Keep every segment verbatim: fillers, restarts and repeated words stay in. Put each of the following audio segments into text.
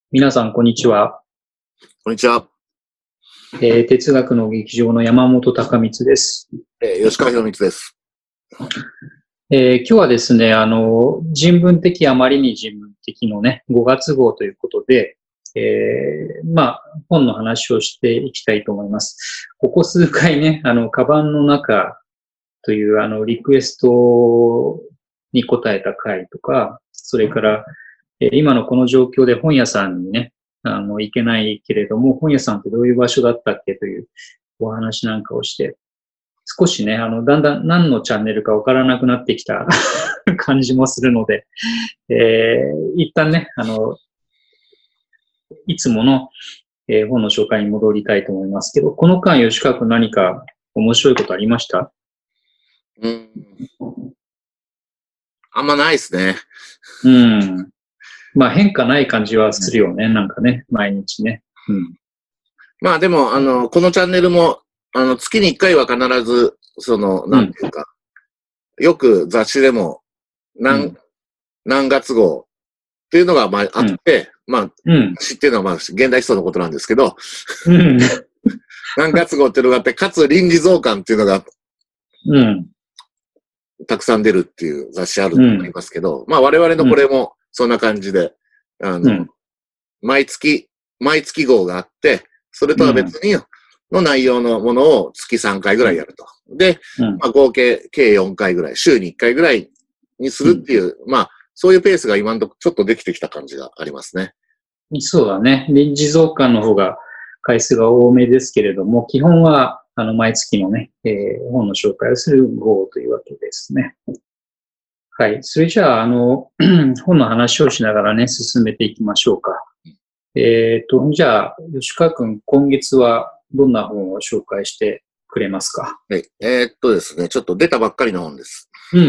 皆さん、こんにちは。 こんにちは。 えー哲学の劇場の山本隆光です。 えー吉川博光です。 えー今日はですね、あの、人文的、あまりに人文的のね、ごがつ号ということで、えーまあ、本の話をしていきたいと思います。ここ数回ね、あの、カバンの中という、あの、リクエストに答えた回とか、それから、えー今のこの状況で本屋さんにね、あの、行けないけれども、本屋さんってどういう場所だったっけというお話なんかをして、少しね、あの、だんだん何のチャンネルかわからなくなってきた感じもするので、えー一旦ね、あの、いつもの、えー本の紹介に戻りたいと思いますけど、この間、吉川君何か面白いことありました？ うん。あんまないですね。 うん。まあ変化ない感じはするよね、なんかね、毎日ね。うん。 まあでも、あの、このチャンネルも、あの、月にいっかいは必ず、その、なんていうか、よく雑誌でも、何、 うん何月号っていうのが、まあ、あって、まあ、 うん。 知ってるのは、まあ、現代思想のことなんですけど、 うん。 何月号っていうのがあって、かつ臨時増刊っていうのがうん。 たくさん出るっていう雑誌あると思いますけど、まあ我々のこれもそんな感じで、あの、 うん。 毎月、毎月号があって、それとは別にの内容のものを月さんかいぐらいやると。で、 うんまあ合計計よんかいぐらい、週にいっかいぐらいにするっていう、まあそういうペースが今のところちょっとできてきた感じがありますね。 そうだね。臨時増刊の方が回数が多めですけれども、基本はあの毎月のね、えー本の紹介をする号というわけですね。はい。それじゃあ、あの、本の話をしながらね、進めていきましょうか。えっと、じゃあ、吉川君、今月はどんな本を紹介してくれますか？ はい。えーっとですね、ちょっと出たばっかりの本です。 うん。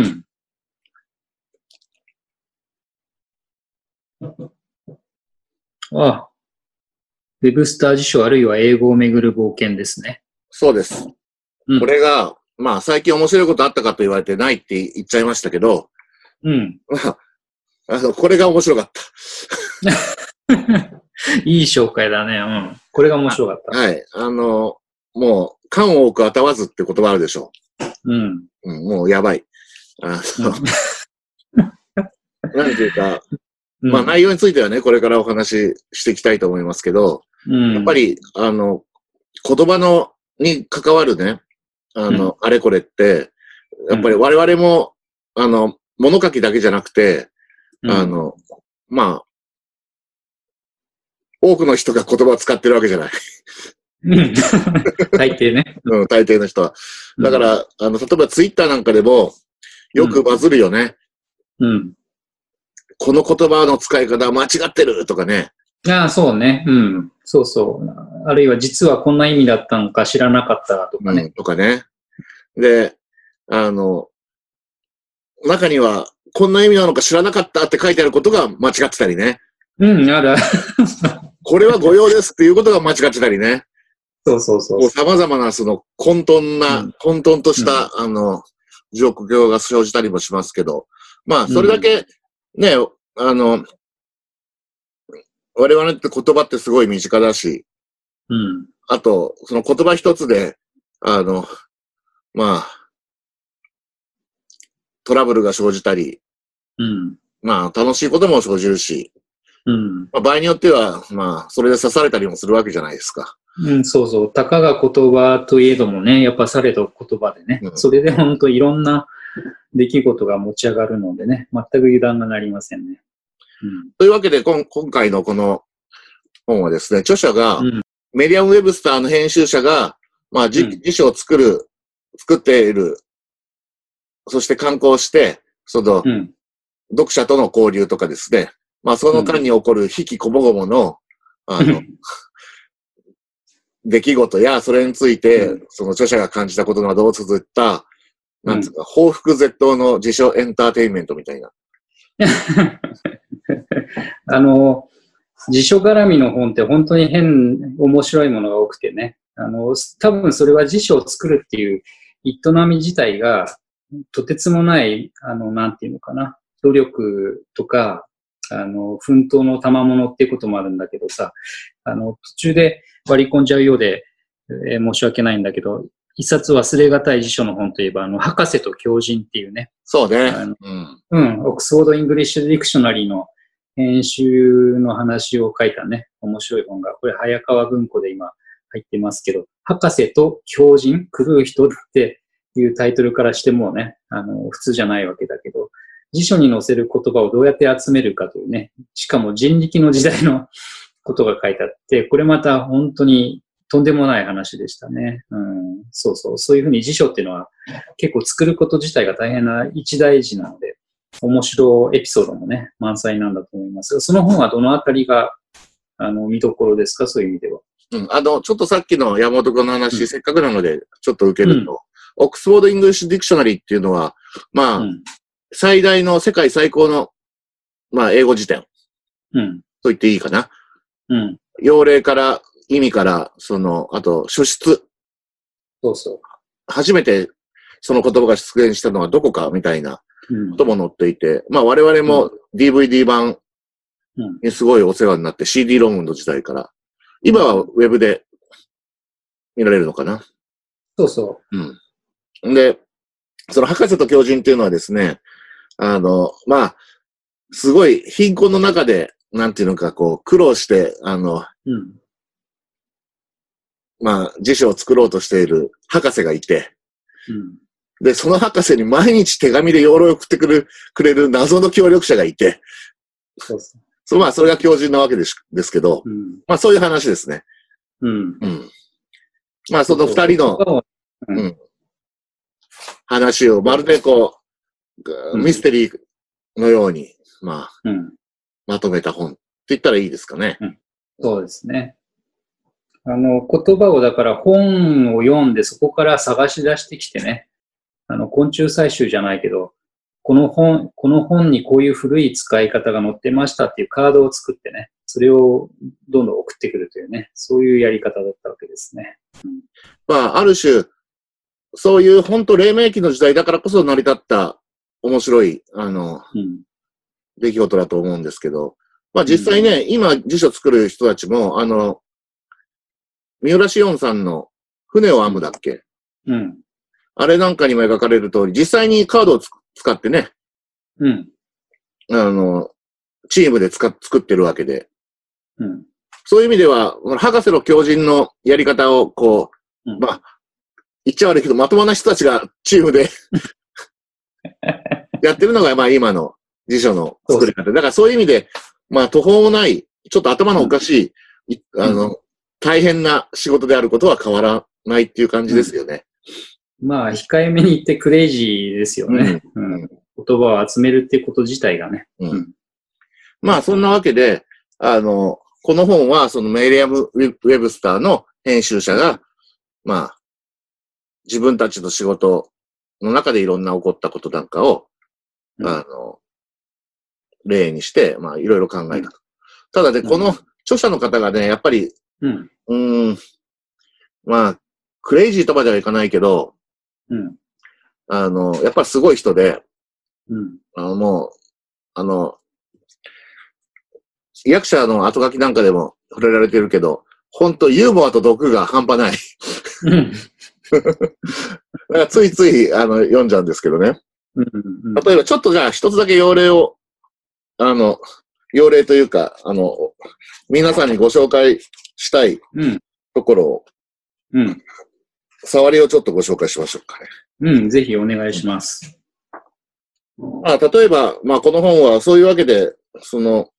あ、ウェブスター辞書あるいは英語をめぐる冒険ですね。 そうです。 うん。 これが、まあ最近面白いことあったかと言われてないって言っちゃいましたけど、 うん。 まあ、あの、これが面白かった。 いい紹介だね。うん。これが面白かった。 はい。あの、もう、缶多く当わずって言葉あるでしょうん。 う。うん、もうやばい。あの、なんていうか、 うん、 まあ内容についてはね、これからお話ししていきたいと思いますけど、 うん、 やっぱり、あの、言葉の、に関わるね、あの、うん、あれこれって、やっぱり我々も、あの、物書きだけじゃなくて、うん、あの、まあ、多くの人が言葉を使ってるわけじゃない。 うん、大抵ね。 うん、大抵の人は。だから、うん、あの、例えばツイッターなんかでも、よくバズるよね。 うん。うん、 この言葉の使い方間違ってるとかね。 ああ、そうね。うん。そうそう。あるいは実はこんな意味だったのか知らなかったとかね。 うん、とかね。で、あの、中には、こんな意味なのか知らなかったって書いてあることが間違ってたりね。 うん、ある。 これは誤用ですっていうことが間違ってたりね。 そうそうそう。 様々なその混沌な、うん、混沌とした、うん、あの、状況が生じたりもしますけど、まあ、それだけね、うん、あの、我々って言葉ってすごい身近だし、 うん、 あと、その言葉一つで、あの、まあ、トラブルが生じたり、 うん、 まあ、楽しいことも生じるし、 うん、 まあ、場合によっては、まあ、それで刺されたりもするわけじゃないですか。 うん、そうそう。たかが言葉といえどもね、やっぱされど言葉でね、うん、それで本当いろんな出来事が持ち上がるのでね、全く油断がなりませんね。 うん、というわけで、今回のこの本はですね、著者が、うん、メディアム・ウェブスターの編集者が、まあ、辞書を作る、作っている、そして刊行して、その、うん、読者との交流とかですね、まあ、その間に起こる悲喜こもごもの、あの、出来事や、それについて、その著者が感じたことなどを綴った、なんつうか、報復絶倒の辞書エンターテインメントみたいな。 あの、辞書絡みの本って本当に変、面白いものが多くてね。あの、多分それは辞書を作るっていう営み自体が、とてつもない、あの、なんていうのかな、努力とか、 あの、奮闘の賜物っていうこともあるんだけどさ、あの、途中で割り込んじゃうようで、えー、申し訳ないんだけど、一冊忘れがたい辞書の本といえば、あの、博士と狂人っていうね。 そうね。 うん。うん。オックスフォード・イングリッシュ・ディクショナリーの編集の話を書いたね、面白い本が、これ、早川文庫で今入ってますけど、博士と狂人、狂う人っていうタイトルからしてもね、あの、普通じゃないわけだけど、辞書に載せる言葉をどうやって集めるかというね、しかも人力の時代のことが書いてあって、これまた本当にとんでもない話でしたね。うん、そうそう。そういうふうに辞書っていうのは結構作ること自体が大変な一大事なので、面白いエピソードもね、満載なんだと思いますが、その本はどのあたりが、あの、見どころですか、そういう意味では。 うん、あの、ちょっとさっきの山本君の話、うん、せっかくなので、ちょっと受けると、うん、オックスフォード・イングリッシュ・ディクショナリーっていうのは、まあ、うん、最大の世界最高の、まあ、英語辞典。 うん。 と言っていいかな。 うん。 用例から、意味から、その、あと、書質。 そうそう。 初めて、その言葉が出現したのはどこかみたいなことも載っていて、うん、まあ、我々も ディーブイディー 版にすごいお世話になって、シーディー ロングの時代から。今はウェブで見られるのかな。 そうそう。 うん。で、その博士と狂人っていうのはですね、あの、まあ、すごい貧困の中で、なんていうのか、こう、苦労して、あの、 うん、 まあ、辞書を作ろうとしている博士がいて、 うん、 で、その博士に毎日手紙で要領を送ってくる、くれる謎の協力者がいて、 そうそう。 そう、まあ、それが狂人なわけです、ですけど、 うん、 まあ、そういう話ですね。 うん。 うん。まあ、その二人の、うん、話を、まるでこう、うん、ミステリーのように、まあ、 うん、 まとめた本って言ったらいいですかね。 うん、そうですね。あの、言葉をだから本を読んでそこから探し出してきてね、あの、昆虫採集じゃないけど、この本、この本にこういう古い使い方が載ってましたっていうカードを作ってね、それをどんどん送ってくるというね、そういうやり方だったわけですね。うん、 まあ、ある種、そういう本当黎明期の時代だからこそ成り立った面白い、あの、うん、出来事だと思うんですけど、まあ実際ね、うん、今辞書作る人たちも、あの、三浦紫音さんの船を編むだっけ、 うん、 あれなんかにも描かれる通り、実際にカードを使ってね、 うん、 あの、チームで使っ作ってるわけで、 うん、 そういう意味では、博士の狂人のやり方を、こう、うん、まあ、言っちゃ悪いけど、まともな人たちがチームでやってるのが、まあ今の辞書の作り方。だからそういう意味で、まあ途方もない、ちょっと頭のおかしい、うん、あの、大変な仕事であることは変わらないっていう感じですよね。 うん、まあ、控えめに言ってクレイジーですよね。うんうん、言葉を集めるってこと自体がね。 うんうん、まあ、そんなわけで、あの、この本は、そのメリアム・ウェブスターの編集者が、まあ、自分たちの仕事の中でいろんな起こったことなんかを、うん、あの、例にして、まあ、いろいろ考えた。うん、ただね、この著者の方がね、やっぱり、 うん、 うーん、まあ、クレイジーとまではいかないけど、 うん、 あの、やっぱりすごい人で、 うん、 あの、もう、あの、役者の後書きなんかでも触れられてるけど、本当ユーモアと毒が半端ない。 うん、 だからついついあの読んじゃうんですけどね。 うんうん、 例えばちょっとじゃあ一つだけ要例を、あの、要例というか、あの、皆さんにご紹介したいところを、 うんうん、 触りをちょっとご紹介しましょうかね。 うん、ぜひお願いします。 まあ、例えば、まあ、この本はそういうわけで、その、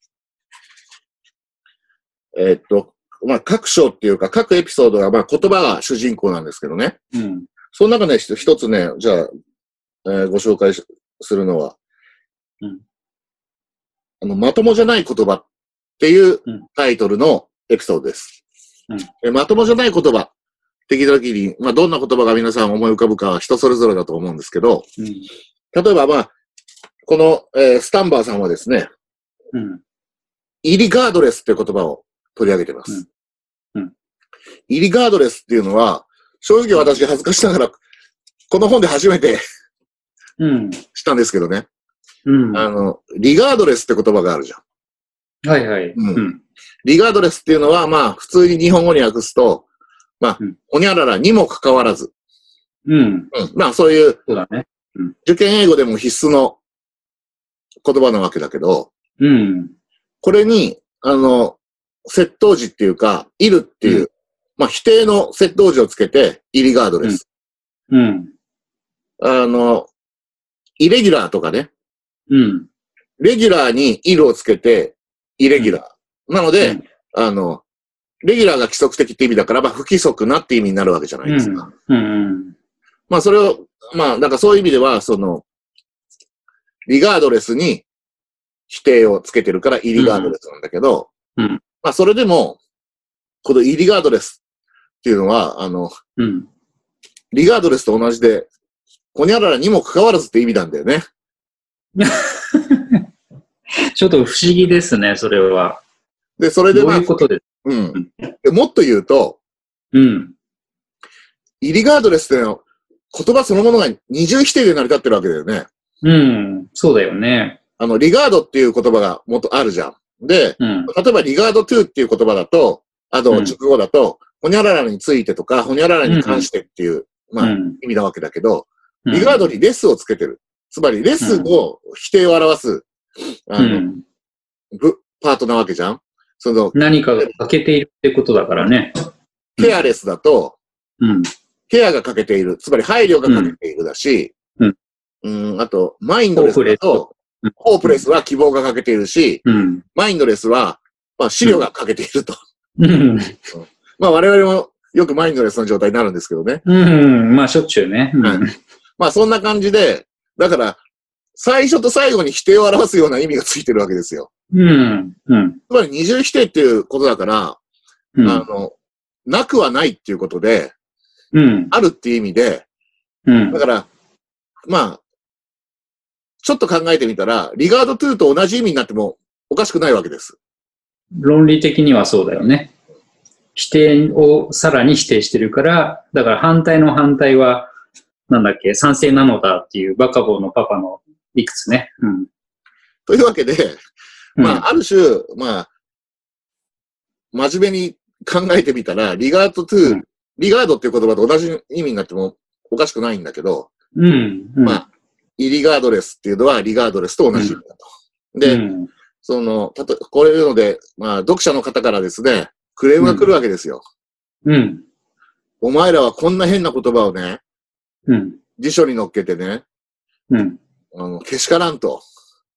えー、っと、まあ、各章っていうか、各エピソードが、まあ、言葉が主人公なんですけどね。 うん。 その中で一つね、じゃあ、えー、ご紹介するのは、 うん。 あの、まともじゃない言葉っていうタイトルのエピソードです。 うん。 えまともじゃない言葉って聞いたときに、まあ、どんな言葉が皆さん思い浮かぶかは人それぞれだと思うんですけど、 うん、 例えば、まあ、この、えー、スタンバーさんはですね、 うん。 イリガードレスって言葉を取り上げてます。 うんうん、 イリガードレスっていうのは、正直私恥ずかしながら、この本で初めて知ったんですけどね。 うん、 あの、リガードレスって言葉があるじゃん。 はいはい。 うん。リガードレスっていうのは、まあ、普通に日本語に訳すと、まあ、うん、ほにゃららにもかかわらず。 うん。うん、 まあ、そういう、 そうだね。 うん、受験英語でも必須の言葉なわけだけど、 うん。 これに、あの、接頭辞っていうか、いるっていう、うん、まあ、否定の接頭辞をつけて、イリガードレス。 うん。うん、 あの、イレギュラーとかね。 うん。 レギュラーにイルをつけて、イレギュラー。うん、なので、うん、あの、レギュラーが規則的って意味だから、まあ、不規則なって意味になるわけじゃないですか。 うん。うん、 まあ、それを、まあ、なんかそういう意味では、その、リガードレスに否定をつけてるから、イリガードレスなんだけど、 うん。 まあ、それでも、このイリガードレスっていうのは、あの、 うん、 リガードレスと同じで、ほにゃららにもかかわらずって意味なんだよね。 ちょっと不思議ですね、それは。 で、それでまあ、 どういうことです。 うん。でもっと言うと、 うん。 イリガードレスっての言葉そのものが二重否定で成り立ってるわけだよね。 うん、そうだよね。 あの、リガードっていう言葉がもっとあるじゃん。で、 うん、 例えばリガードトゥーっていう言葉だと、あと、直語だと、ほにゃららについてとか、ほにゃららに関してっていう、うん、まあ、意味なわけだけど、うん、リガードにレスをつけてる。つまり、レスの否定を表す、あの、うん、パートなわけじゃん。その、 何かが欠けているってことだからね。 ケアレスだと、 うん、 ケアが欠けている。つまり、配慮が欠けているだし、うん、うん、あと、マインドレスだと、ホープレスは希望が欠けているし、うん、マインドレスは、まあ、資料が欠けていると。うん、まあ、我々もよくマインドレスの状態になるんですけどね。 うん、まあ、しょっちゅうね。うん、 はい、まあ、そんな感じで、だから、最初と最後に否定を表すような意味がついてるわけですよ。 うん。うん、 つまり二重否定っていうことだから、うん、あの、なくはないっていうことで、うん、あるっていう意味で、うん、だから、まあ、ちょっと考えてみたら、リガードトゥーと同じ意味になってもおかしくないわけです。 論理的にはそうだよね。否定をさらに否定してるから、だから反対の反対は、なんだっけ、賛成なのだっていうバカボーのパパの理屈ね。うん、 というわけで、まあ、ある種、まあ、真面目に考えてみたら、リガードトゥー、うん、リガードっていう言葉と同じ意味になってもおかしくないんだけど、 うんうん、 まあ、イリガードレスっていうのはリガードレスと同じ意味だと。うん、で、うん、その、たと、これいうので、まあ、読者の方からですね、クレームが来るわけですよ。 うん。 お前らはこんな変な言葉をね、 うん、 辞書に載っけてね、 うん、 あの、けしからんと。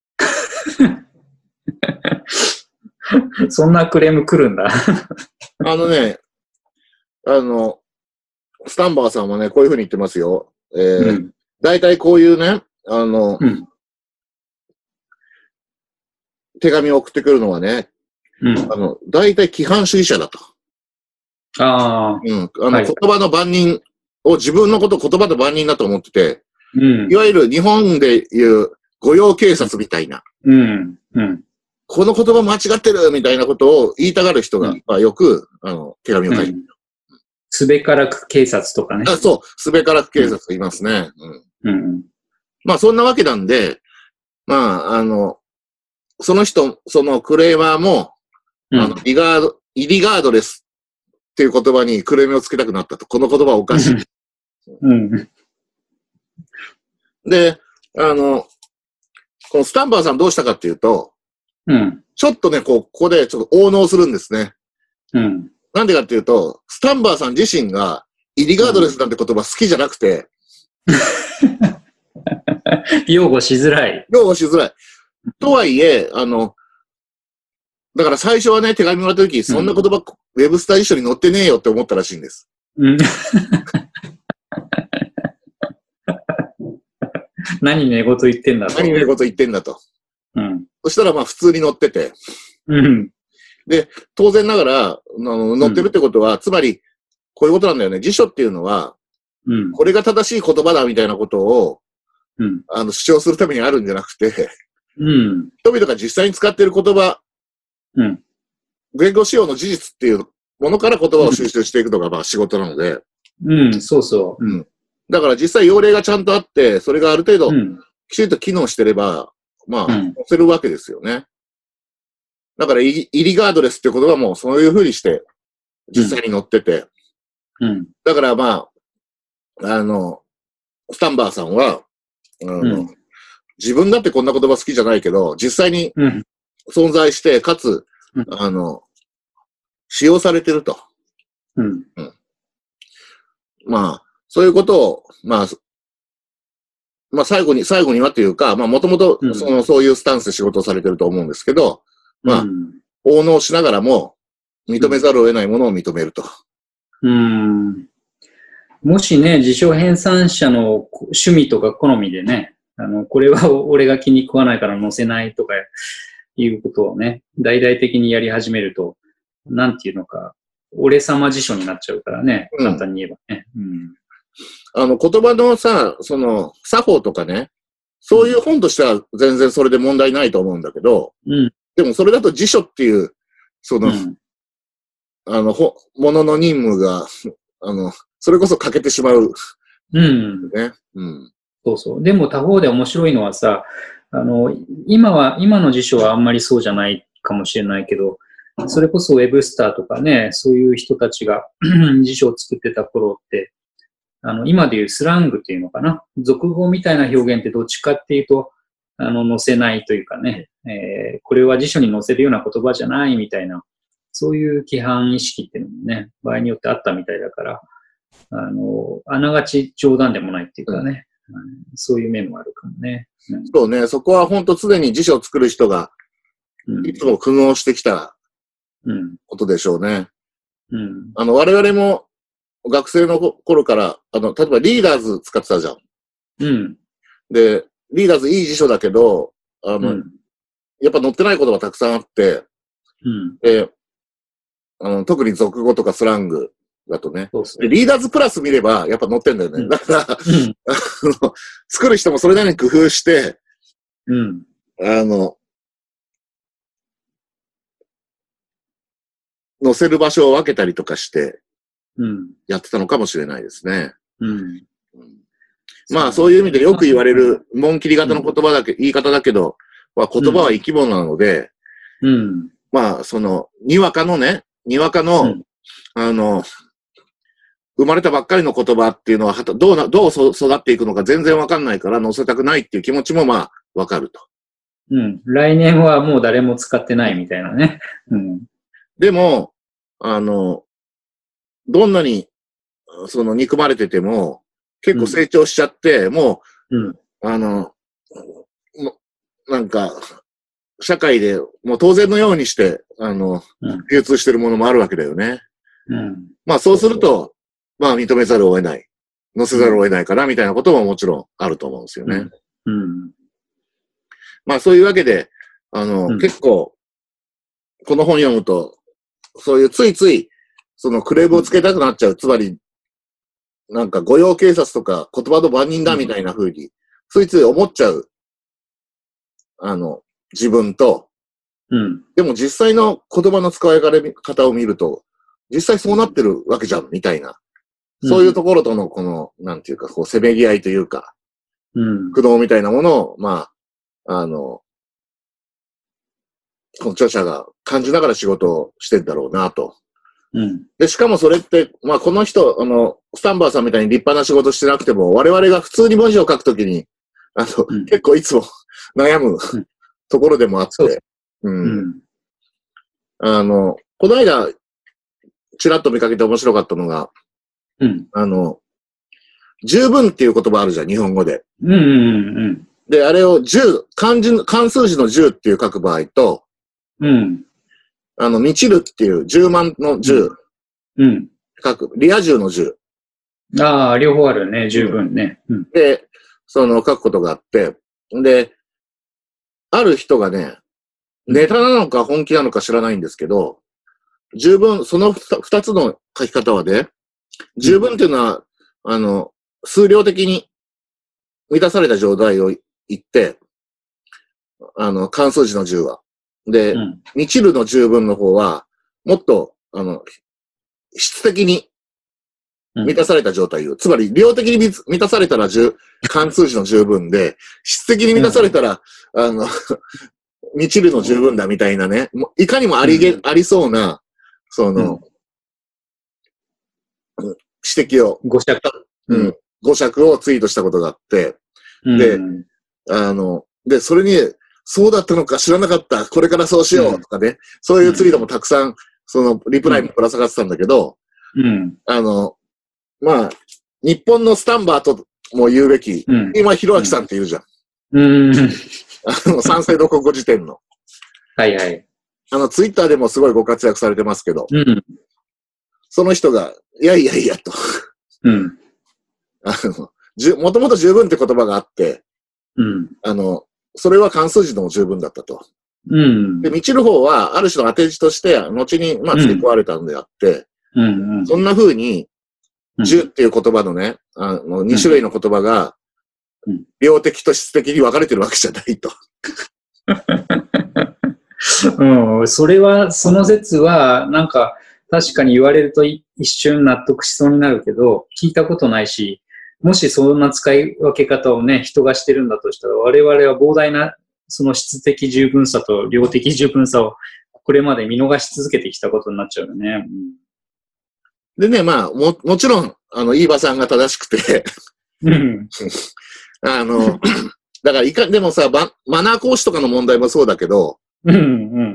そんなクレーム来るんだ。 あのね、あの、スタンバーさんもね、こういうふうに言ってますよ。えー、うん、大体こういうね、あの、うん、手紙を送ってくるのはね、うん、あの、大体規範主義者だと。 ああ。 うん。あの、はい、言葉の番人を自分のことを言葉の番人だと思ってて、 うん、 いわゆる日本でいう御用警察みたいな。 うん。うん。 この言葉間違ってるみたいなことを言いたがる人が、うん、まあ、よく、あの、手紙を書いてる。 すべからく警察とかね。 あ、そう。すべからく警察いますね。 うん。うん、 まあ、そんなわけなんで、まあ、あの、その人、そのクレーマーも、うん、あの、リガード、イリガードレスっていう言葉にクレームをつけたくなったと。この言葉はおかしい。 うん。 で、あの、このスタンバーさんどうしたかっていうと、 うん。 ちょっとね、こう、ここでちょっと応納するんですね。 うん。 なんでかっていうと、スタンバーさん自身が、イリガードレスなんて言葉好きじゃなくて、 うん、擁護しづらい。 擁護しづらい。とはいえ、あの、だから最初はね、手紙もらった時、そんな言葉、うん、ウェブスター一緒に載ってねえよって思ったらしいんです。うん、 何寝言言ってんだと。 何寝言言ってんだと。 うん、 そしたらまあ普通に載ってて。 うん、 で、当然ながら、あの載ってるってことは、うん、つまり、こういうことなんだよね。辞書っていうのは、うん、これが正しい言葉だみたいなことを、うん、あの主張するためにあるんじゃなくて、 うん、 人々が実際に使っている言葉、うん、言語使用の事実っていうものから言葉を収集していくのがまあ仕事なので、 うん、そうそう。 うん。だから実際要例がちゃんとあって、それがある程度、きちんと機能してれば、まあ、載せるわけですよね。 だからイリガードレスって言葉もそういう風にして実際に載ってて、 うん。 だからまあ、あの、スタンバーさんは、あの、うん、自分だってこんな言葉好きじゃないけど、実際に存在して、かつ、うん、あの、使用されてると。 うん。うん、 まあ、そういうことを、まあ、まあ最後に、最後にはというか、まあもともと、その、そういうスタンスで仕事をされてると思うんですけど、まあ、応納しながらも、認めざるを得ないものを認めると。 うん。もしね、自称編纂者の趣味とか好みでね、あの、これは俺が気に食わないから載せないとかいうことをね、大々的にやり始めると、なんていうのか、俺様辞書になっちゃうからね、簡単に言えばね。うん、 あの、言葉のさ、その、作法とかね、そういう本としては全然それで問題ないと思うんだけど、 うん、 でもそれだと辞書っていう、その、うん、あの、ほ、ものの任務が、あの、それこそ欠けてしまう。 うん。 ね。うん。 そうそう。でも他方で面白いのはさ、あの、今は、今の辞書はあんまりそうじゃないかもしれないけど、それこそウェブスターとかね、そういう人たちが辞書を作ってた頃って、あの、今でいうスラングっていうのかな。俗語みたいな表現ってどっちかっていうと、あの、載せないというかね、えー、これは辞書に載せるような言葉じゃないみたいな、そういう規範意識っていうのもね、場合によってあったみたいだから、あの、あながち冗談でもないっていうかね、うん、そういう面もあるかもね。 うん、そうね、そこは本当常に辞書を作る人が、いつも苦悩してきたことでしょうね。 うん、 あの、我々も学生の頃から、あの、例えばリーダーズ使ってたじゃん。 うん、 で、リーダーズいい辞書だけど、あの、うん、やっぱ載ってない言葉たくさんあって、 うん、 で、あの、特に俗語とかスラングだとね。 そうそうでリーダーズプラス見れば、やっぱ載ってんだよね。うん、だから、うん、あの、作る人もそれなりに工夫して、 うん、 あの、載せる場所を分けたりとかして、やってたのかもしれないですね。 うんうんうん、まあ、そういう意味でよく言われる、紋切り型の言葉だけ、言い方だけど、まあ、言葉は生き物なので、 うん、 まあ、その、にわかのね、にわかの、うん、あの、生まれたばっかりの言葉っていうのは、どうな、どう育っていくのか全然わかんないから載せたくないっていう気持ちもまあ、わかると。 うん。来年はもう誰も使ってないみたいなね。うん。 でも、あの、どんなに、その、憎まれてても、結構成長しちゃって、うん、もう、うん、あの、なんか、社会でもう当然のようにして、あの、うん、流通してるものもあるわけだよね。 うん、 まあそうすると、まあ認めざるを得ない。載せざるを得ないから、みたいなことももちろんあると思うんですよね。 うんうん、 まあそういうわけで、あの、うん、結構、この本読むと、そういうついつい、そのクレームをつけたくなっちゃう。つまり、なんか御用警察とか言葉の番人だみたいな風に、ついつい思っちゃう。あの、自分と、 うん、 でも実際の言葉の使い方を見ると、実際そうなってるわけじゃん、みたいな。そういうところとの、この、なんていうか、こう、せめぎ合いというか、 うん、 苦悩みたいなものを、まあ、あの、この著者が感じながら仕事をしてんだろうなと。 うん、 で、しかもそれって、まあ、この人、あの、スタンバーさんみたいに立派な仕事してなくても、我々が普通に文字を書くときに、あの、うん、結構いつも悩む、うん、ところでもあって、ううん、あの、この間、ちらっと見かけて面白かったのが、 うん、 あの、十分っていう言葉あるじゃん、日本語で。 うんうんうん、 で、あれを十、漢字の、漢数字の十っていう書く場合と、 うん、 あの、満ちるっていう十万の十、 うん、 書く、リア充の十。 ああ、両方あるね、十分ね。うん、 で、その書くことがあって、で、ある人がね、ネタなのか本気なのか知らないんですけど、十分、その二つの書き方はね、十分っていうのは、あの、数量的に満たされた状態を言って、あの、漢数字の十は。で、うん、満ちるの十分の方は、もっと、あの、質的に満たされた状態を、うん、つまり量的に満たされたら十、漢数字の十分で、質的に満たされたら、うん、あの、 満ちるの十分だみたいなね、いかにもありげ、うん、ありそうな、その、うん、指摘を、 誤釈、 うん、誤釈をツイートしたことがあって、で、うん、あの、で、それに、そうだったのか知らなかった、これからそうしようとかね、うん、そういうツイートもたくさん、その、リプライもぶら下がってたんだけど、うん、あの、まあ、日本のスタンバーとも言うべき、うん、今、ひろあきさんって言うじゃん。うん。あの、三省堂国語辞典の。 はいはい。 あの、ツイッターでもすごいご活躍されてますけど、うん、その人が、いやいやいやと。うん。あの、じゅ、もともと十分って言葉があって、うん。あの、それは関数字でも十分だったと。うん。で、満ちる方は、ある種の当て字として、後に、まあ、付け加われたんであって、うん。うん、そんな風に、十っていう言葉のね、あの、二種類の言葉が、量的と質的に分かれてるわけじゃないと。 うん、それは、その説は、なんか、確かに言われると一瞬納得しそうになるけど、聞いたことないし、もしそんな使い分け方をね、人がしてるんだとしたら、我々は膨大な、その質的十分さと量的十分さを、これまで見逃し続けてきたことになっちゃうよね。 うん、でね、まあ、も、もちろん、あの、飯場さんが正しくて、うん、あの、だからいか、でもさ、マナー講師とかの問題もそうだけど、うんうん、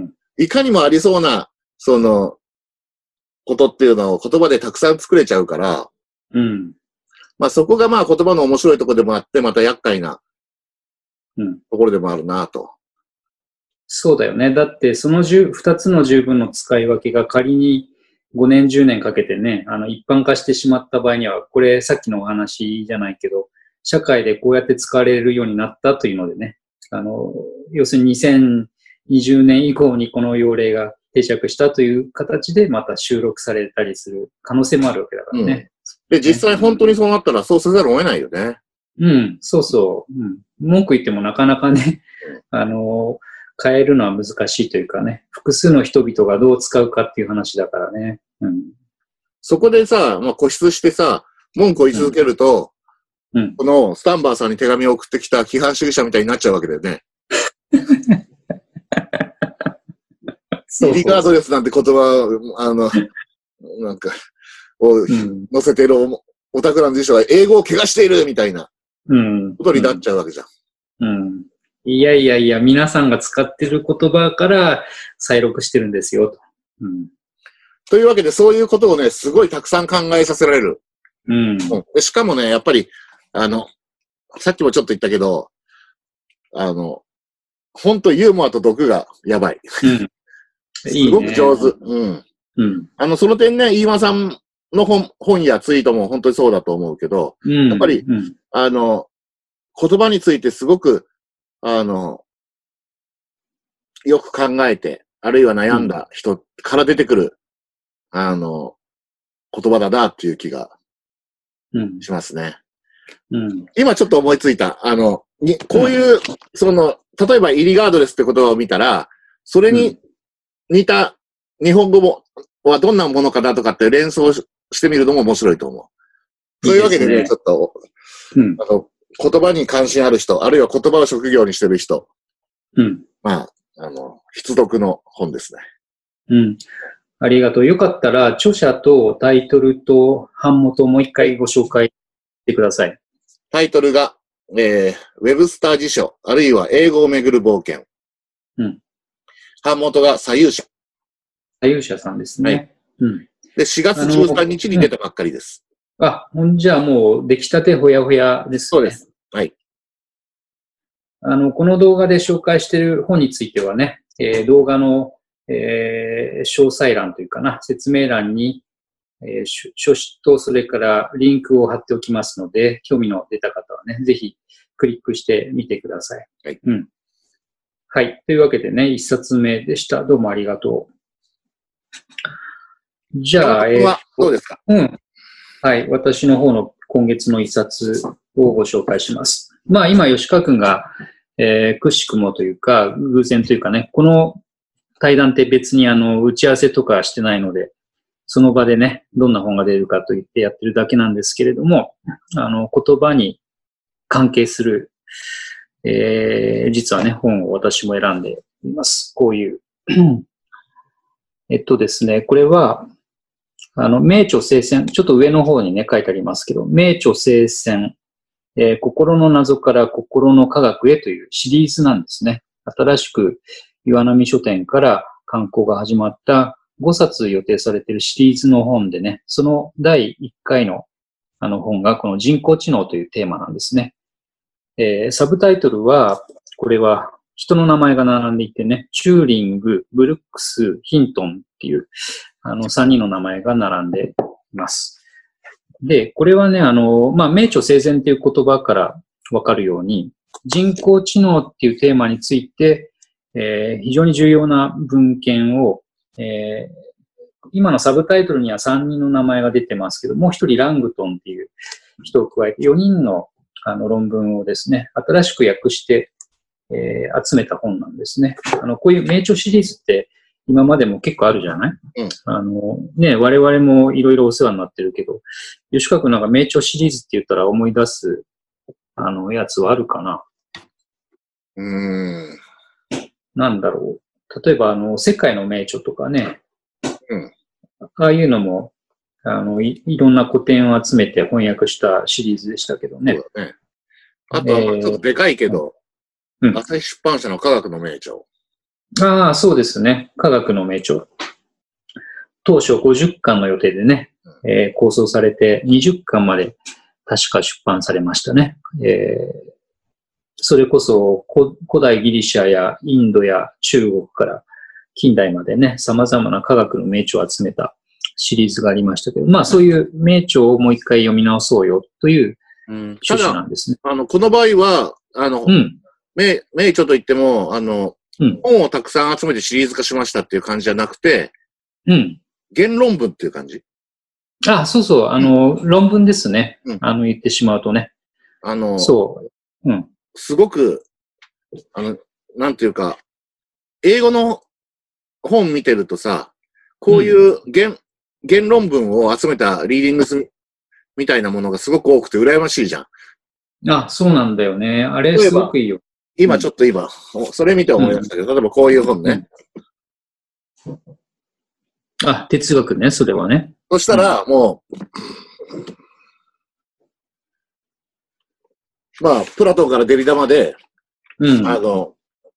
いかにもありそうな、その、ことっていうのを言葉でたくさん作れちゃうから、うん、まあそこがまあ言葉の面白いところでもあって、また厄介なところでもあるなと、うん。 そうだよね。だってその二つの十分の使い分けが仮にごねんじゅうねんかけてね、あの一般化してしまった場合には、これさっきのお話じゃないけど、社会でこうやって使われるようになったというのでね、あの、要するににせんにじゅうねん以降にこの要例が定着したという形でまた収録されたりする可能性もあるわけだからね。 うん、で、実際本当にそうなったらそうせざるを得ないよね。 うん、そうそう。うん、文句言ってもなかなかね、あの、変えるのは難しいというかね、複数の人々がどう使うかっていう話だからね。うん、 そこでさ、まあ、固執してさ、文句を言い続けると、うん、このスタンバーさんに手紙を送ってきた規範主義者みたいになっちゃうわけだよね。リガードレスなんて言葉、あの、なんか、を載せているオタクらの辞書は英語を怪我しているみたいなことになっちゃうわけじゃん。 うんうん、いやいやいや、皆さんが使ってる言葉から再録してるんですよと。うん、 というわけで、そういうことをね、すごいたくさん考えさせられる。うん、でしかもね、やっぱり、あの、さっきもちょっと言ったけど、あの、ほんとユーモアと毒がやばい。うんすごく上手。いいね、うん。うん。あの、その点ね、飯間さんの本、本やツイートも本当にそうだと思うけど、うん、やっぱり、うん、あの、言葉についてすごく、あの、よく考えて、あるいは悩んだ人から出てくる、うん、あの、言葉だなっていう気がしますね。うん、今ちょっと思いついた。あの、にこういう、うん、その、例えばイリガードレスって言葉を見たら、それに、うん似た日本語もはどんなものかなとかって連想してみるのも面白いと思う。そういうわけでね、いいですねちょっと、うん、あの、言葉に関心ある人、あるいは言葉を職業にしてる人、うん、まあ、あの、必読の本ですね。 うん。ありがとう。よかったら、著者とタイトルと版元をもう一回ご紹介してください。 タイトルが、えー、ウェブスター辞書、あるいは英語をめぐる冒険。うん。版元が左右者。 左右者さんですね。はい。うん。 で、しがつじゅうさんにちに出たばっかりです。 うん、あ、ほんじゃあもう出来たてほやほやですね。 そうです。はい。 あの、この動画で紹介している本についてはね、えー、動画の、えー、詳細欄というかな、説明欄に、えー、書詞とそれからリンクを貼っておきますので、興味の出た方はね、ぜひクリックしてみてください。はい。うん。はい。というわけでね、一冊目でした。どうもありがとう。じゃあ、 えー、どうですか？ うん。はい。私の方の今月の一冊をご紹介します。まあ、今、吉川くんが、えー、くしくもというか、偶然というかね、この対談って別にあの、打ち合わせとかしてないので、その場でね、どんな本が出るかと言ってやってるだけなんですけれども、あの、言葉に関係する、えー、実はね、本を私も選んでいます。こういう。えっとですね、これは、あの、名著聖戦、ちょっと上の方にね、書いてありますけど、名著聖戦、えー、心の謎から心の科学へというシリーズなんですね。新しく岩波書店から刊行が始まったごさつ予定されているシリーズの本でね、そのだいいっかいのあの本がこの人工知能というテーマなんですね。えー、サブタイトルは、これは人の名前が並んでいてね、チューリング、ブルックス、ヒントンっていうあのさんにんの名前が並んでいます。で、これはね、あの、まあ、名著生前っていう言葉からわかるように、人工知能っていうテーマについて、えー、非常に重要な文献を、えー、今のサブタイトルにはさんにんの名前が出てますけど、もう一人ラングトンっていう人を加えてよにんの、あの論文をですね、新しく訳して、えー、集めた本なんですね。あの、こういう名著シリーズって今までも結構あるじゃない？うん、あの、ね、我々もいろいろお世話になってるけど、吉川君なんか名著シリーズって言ったら思い出す、あの、やつはあるかな？ うーん。 なんだろう。例えば、あの、世界の名著とかね。 うん。 ああいうのも、あのい、いろんな古典を集めて翻訳したシリーズでしたけどね。 そうだね。あとは、まあ、ちょっとでかいけど、 うん、 朝日出版社の科学の名著。 ああ、そうですね。科学の名著。当初ごじゅっかんの予定でね、えー、構想されてにじゅっかんまで確か出版されましたね。えー、それこそ古代ギリシャやインドや中国から近代までね、様々な科学の名著を集めたシリーズがありましたけど、まあそういう名著をもう一回読み直そうよという趣旨なんですね。 うん、あの、この場合は、あの、うん、名、名著といっても、あの、うん、本をたくさん集めてシリーズ化しましたっていう感じじゃなくて、 うん。 原論文っていう感じ？ あ、そうそう、あの、うん、論文ですね。うん、あの、言ってしまうとね。 あの、 そう。うん。 すごく、あの、なんていうか、英語の本見てるとさ、こういう原、うん、原論文を集めたリーディングスみたいなものがすごく多くて羨ましいじゃん。 あ、そうなんだよね。あれすごくいいよ。 今ちょっと今、うん、それ見て思いましたけど、うん、例えばこういう本ね。 うん、あ、哲学ね、それはね。 そしたら、もう、まあ、プラトンからデリダまで、うん、あの、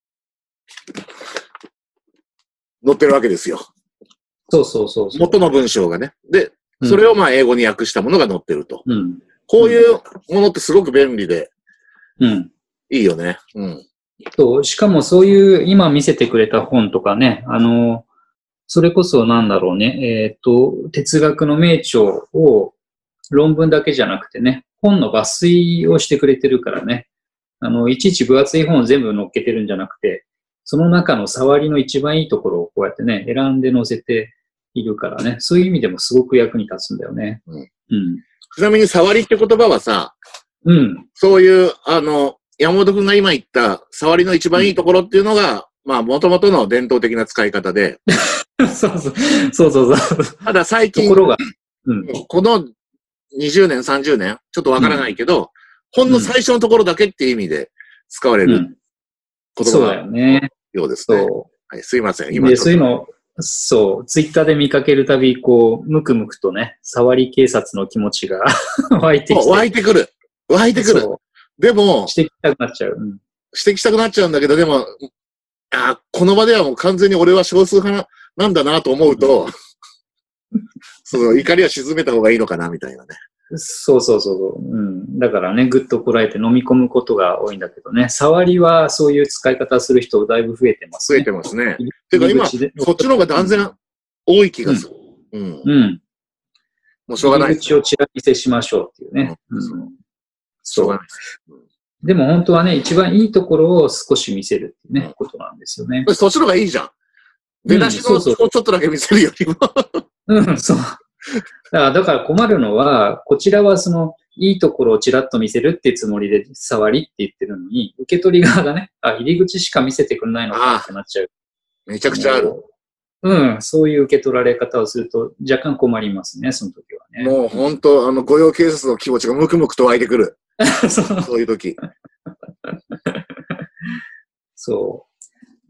載ってるわけですよ。 そうそうそうそう。 元の文章がね。で、それをまあ英語に訳したものが載ってると。 うん、 こういうものってすごく便利で、 うん、 いいよね。うん。 そう、しかもそういう今見せてくれた本とかね、あの、それこそなんだろうね、えっと、哲学の名著を論文だけじゃなくてね、本の抜粋をしてくれてるからね、あの、いちいち分厚い本を全部載っけてるんじゃなくて、その中の触りの一番いいところをこうやってね、選んで載せているからね、そういう意味でもすごく役に立つんだよね。うん。うん、 ちなみに触りって言葉はさ、 うん。 そういう、あの、山本くんが今言った触りの一番いいところっていうのが、うん、まあ、元々の伝統的な使い方で。 そうそう。そうそうそう。 ただ最近、 ところが、うん、 このにじゅうねん、さんじゅうねん、ちょっとわからないけど、うん、ほんの最初のところだけっていう意味で使われる言葉がようですね。 そうはい、すいません。今で、そういうの、そう、ツイッターで見かけるたび、こう、ムクムクとね、触り警察の気持ちが湧いてきて。 湧いてくる。湧いてくる。でも、 指摘したくなっちゃう、うん。 指摘したくなっちゃうんだけど、でも、あこの場ではもう完全に俺は少数派なんだなと思うと、うん、その怒りは沈めた方がいいのかな、みたいなね。 そうそうそうそう。うん。だからね、ぐっとこらえて飲み込むことが多いんだけどね。触りはそういう使い方する人だいぶ増えてますね。増えてますね。てか今、そっちの方が断然多い気がする。 うん。うん。うん、 もうしょうがない。 入り口をちら見せしましょうっていうね。うん。うん、そう。でも本当はね、一番いいところを少し見せるっていうね、うん、ことなんですよね。 そっちの方がいいじゃん。出だしのをちょっとだけ見せるよりも。 うん、そう。だから、だから困るのは、こちらはその、いいところをちらっと見せるっていうつもりで触りって言ってるのに、受け取り側がね、あ、入り口しか見せてくれないのかってなっちゃう。 めちゃくちゃある。 うん、そういう受け取られ方をすると若干困りますね、その時はね。 もう本当、あの、御用警察の気持ちがムクムクと湧いてくる。そうそういう時。 そう。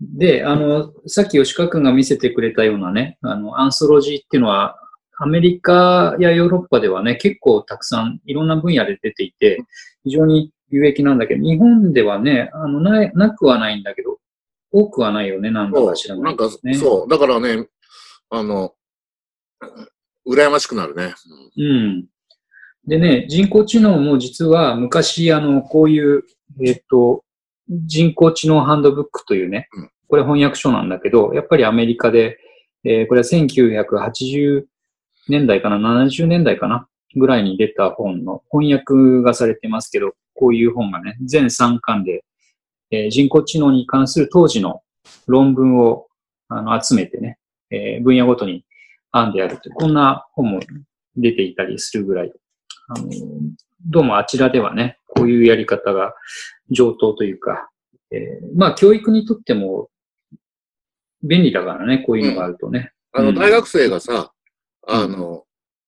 で、あの、さっき吉川君が見せてくれたようなね、あの、アンソロジーっていうのは、アメリカやヨーロッパではね、結構たくさんいろんな分野で出ていて、非常に有益なんだけど、日本ではね、あの、な、なくはないんだけど、多くはないよね、なんだか知らない、ね。 なんか、そう。だからね、あの、羨ましくなるね。 うん。でね、人工知能も実は昔、あの、こういう、えっと、人工知能ハンドブックというね、これ翻訳書なんだけど、やっぱりアメリカで、えー、これはせんきゅうひゃくはちじゅうねんだいかな、ななじゅうねんだいかな、ぐらいに出た本の翻訳がされてますけど、こういう本がね、全さんかんで、えー、人工知能に関する当時の論文をあの集めてね、えー、分野ごとに編んであるという、こんな本も出ていたりするぐらい、あのどうもあちらではね、こういうやり方が上等というか、えー、まあ教育にとっても便利だからね、こういうのがあるとね。 うん、あの、大学生がさ、うん、あの、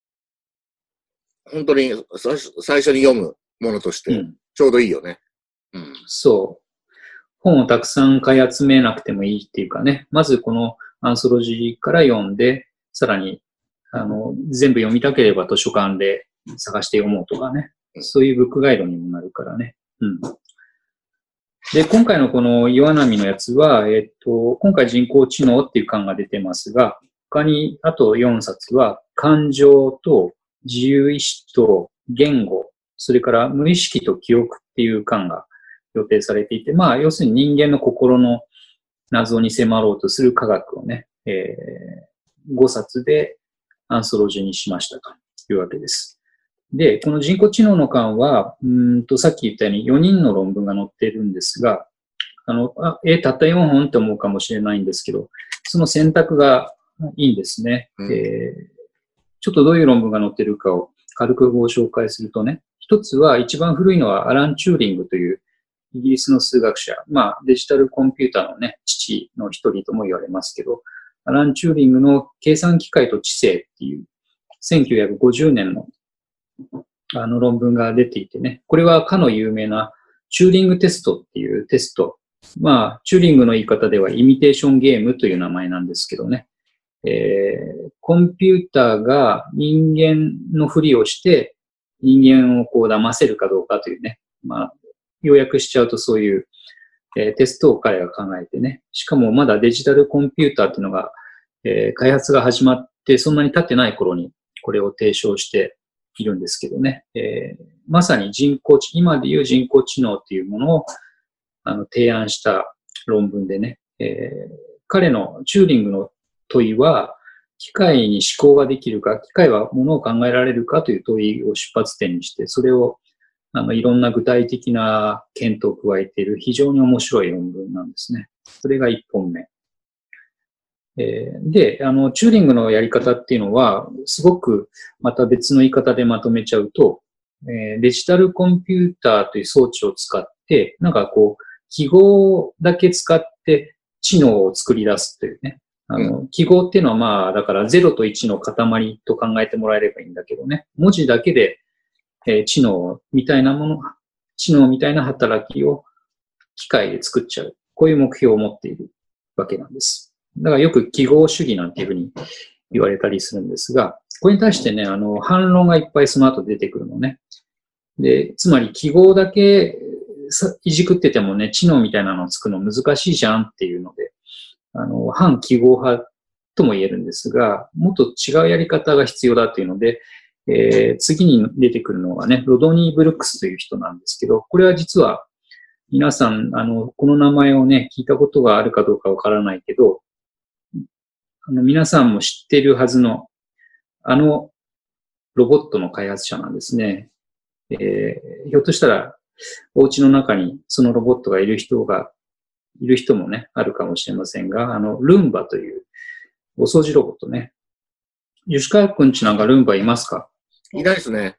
本当に最初に読むものとしてちょうどいいよね。 うん、そう。本をたくさん買い集めなくてもいいっていうかね、まずこのアンソロジーから読んで、さらにあの全部読みたければ図書館で探して読もうとかね、そういうブックガイドにもなるからね。うん。で、今回のこの岩波のやつは、えっと、今回人工知能っていう巻が出てますが、他にあとよんさつは感情と自由意志と言語、それから無意識と記憶っていう巻が予定されていて、まあ、要するに人間の心の謎に迫ろうとする科学をね、えー、ごさつでアンソロジーにしましたというわけです。で、この人工知能の巻は、うんとさっき言ったようによにんの論文が載っているんですが、あの、あえ、たったよんほんって思うかもしれないんですけど、その選択がいいんですね。うん、えー、ちょっとどういう論文が載っているかを軽くご紹介するとね、一つは一番古いのはアラン・チューリングというイギリスの数学者、まあデジタルコンピューターのね、父の一人とも言われますけど、アラン・チューリングの計算機械と知性っていうせんきゅうひゃくごじゅうねんのあの論文が出ていてね、これはかの有名なチューリングテストっていうテスト、まあチューリングの言い方ではイミテーションゲームという名前なんですけどね、えー、コンピューターが人間のふりをして人間をこう騙せるかどうかというね、まあ要約しちゃうとそういう、えー、テストを彼が考えてね、しかもまだデジタルコンピューターっていうのが、えー、開発が始まってそんなに経ってない頃にこれを提唱しているんですけどね、えー、まさに人工知、今でいう人工知能っていうものをあの提案した論文でね、えー、彼のチューリングの問いは、機械に思考ができるか、機械はものを考えられるかという問いを出発点にして、それをあのいろんな具体的な検討を加えている非常に面白い論文なんですね。それがいっぽんめ。えー、で、あの、チューリングのやり方っていうのは、すごくまた別の言い方でまとめちゃうと、えー、デジタルコンピューターという装置を使って、なんかこう、記号だけ使って知能を作り出すというね。あの、うん、記号っていうのはまあ、だからゼロといちの塊と考えてもらえればいいんだけどね。文字だけで、えー、知能みたいなもの、知能みたいな働きを機械で作っちゃう。こういう目標を持っているわけなんです。だからよく記号主義なんていうふうに言われたりするんですが、これに対してね、あの、反論がいっぱいその後出てくるのね。で、つまり記号だけいじくっててもね、知能みたいなのを作るの難しいじゃんっていうので、あの、反記号派とも言えるんですが、もっと違うやり方が必要だというので、えー、次に出てくるのがね、ロドニー・ブルックスという人なんですけど、これは実は皆さん、あの、この名前をね、聞いたことがあるかどうかわからないけど、あの皆さんも知っているはずの、あのロボットの開発者なんですね。えー、ひょっとしたら、お家の中にそのロボットがいる人が、いる人もね、あるかもしれませんが、あの、ルンバというお掃除ロボットね。吉川くんちなんかルンバいますか？ いないですね。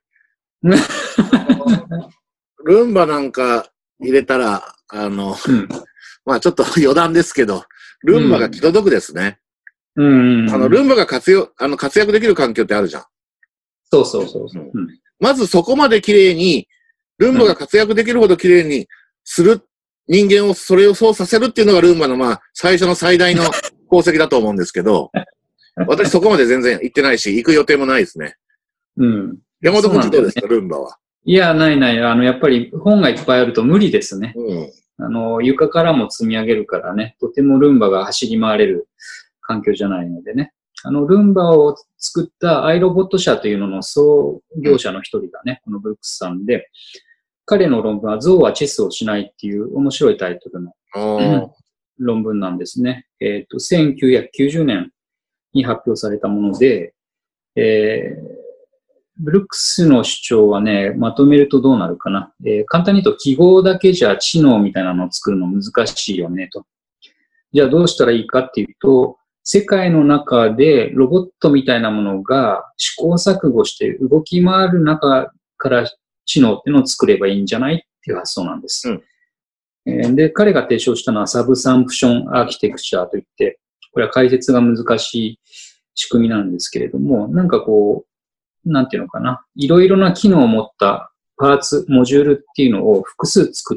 ルンバなんか入れたら、あの、うん、まあちょっと余談ですけど、ルンバが気の毒ですね。うん。あの、ルンバが活用、あの、活躍できる環境ってあるじゃん。 そうそうそうそう、 うん。まずそこまで綺麗に、ルンバが活躍できるほど綺麗にするっ人間をそれをそうさせるっていうのがルンバのまあ最初の最大の功績だと思うんですけど、私そこまで全然行ってないし、行く予定もないですね。 うん。 山本君どうですか、ルンバは。 いや、ないない。あの、やっぱり本がいっぱいあると無理ですね。 うん。 あの、床からも積み上げるからね、とてもルンバが走り回れる環境じゃないのでね。あの、ルンバを作ったアイロボット社というのの創業者の一人がね、このブルックスさんで、彼の論文は象はチェスをしないっていう面白いタイトルの論文なんですね。えっと、せんきゅうひゃくきゅうじゅうねんに発表されたもので、えーブルックスの主張はね、まとめるとどうなるかな。えー、簡単に言うと記号だけじゃ知能みたいなのを作るの難しいよねと。じゃあどうしたらいいかっていうと、世界の中でロボットみたいなものが試行錯誤して動き回る中から知能っていうのを作ればいいんじゃないっていう発想なんです。うんえー、で、彼が提唱したのはサブサンプションアーキテクチャといって、これは解説が難しい仕組みなんですけれども、なんかこう、なんていうのかな。いろいろな機能を持ったパーツ、モジュールっていうのを複数作って、